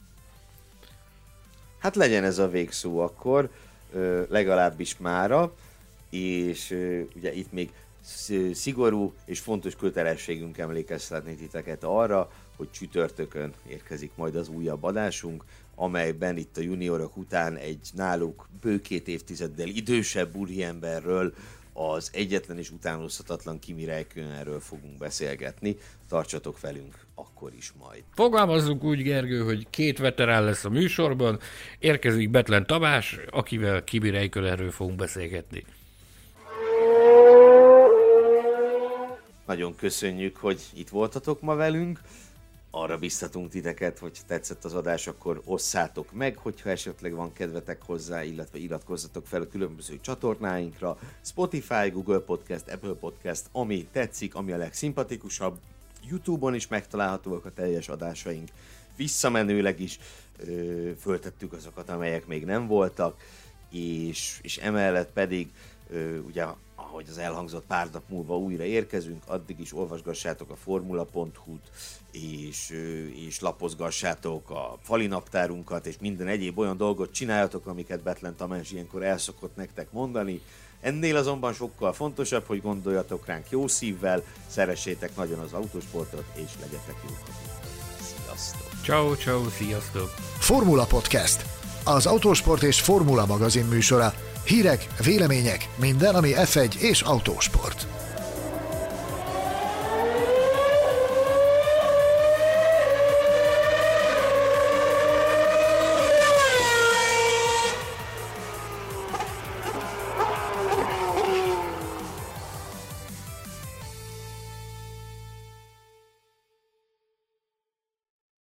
Hát legyen ez a végszó akkor, legalábbis mára, és ugye itt még szigorú és fontos kötelességünk emlékeztetni titeket arra, hogy csütörtökön érkezik majd az újabb adásunk, amelyben itt a juniorok után egy náluk bő két évtizeddel idősebb úriemberről, az egyetlen és utánozhatatlan Kimi Räikkönenről fogunk beszélgetni. Tartsatok velünk akkor is majd. Fogalmazzunk úgy, Gergő, hogy két veterán lesz a műsorban, érkezik Bethlen Tamás, akivel Kimi Räikkönenről fogunk beszélgetni. Nagyon köszönjük, hogy itt voltatok ma velünk. Arra biztatunk titeket, hogy tetszett az adás, akkor osszátok meg, hogyha esetleg van kedvetek hozzá, illetve iratkozzatok fel a különböző csatornáinkra. Spotify, Google Podcast, Apple Podcast, ami tetszik, ami a legszimpatikusabb. YouTube-on is megtalálhatóak a teljes adásaink. Visszamenőleg is ö, föltettük azokat, amelyek még nem voltak, és, és emellett pedig ö, ugye ahogy az elhangzott, pár nap múlva újra érkezünk, addig is olvasgassátok a formula pont hu-t, és, és lapozgassátok a fali naptárunkat, és minden egyéb olyan dolgot csináljatok, amiket Bethlen Tamás ilyenkor el szokott nektek mondani. Ennél azonban sokkal fontosabb, hogy gondoljatok ránk jó szívvel, szeressétek nagyon az autósportot, és legyetek jók. Sziasztok! Ciao, ciao, sziasztok! Formula Podcast, az autósport és formula magazin műsora. Hírek, vélemények, minden, ami ef egy és autósport.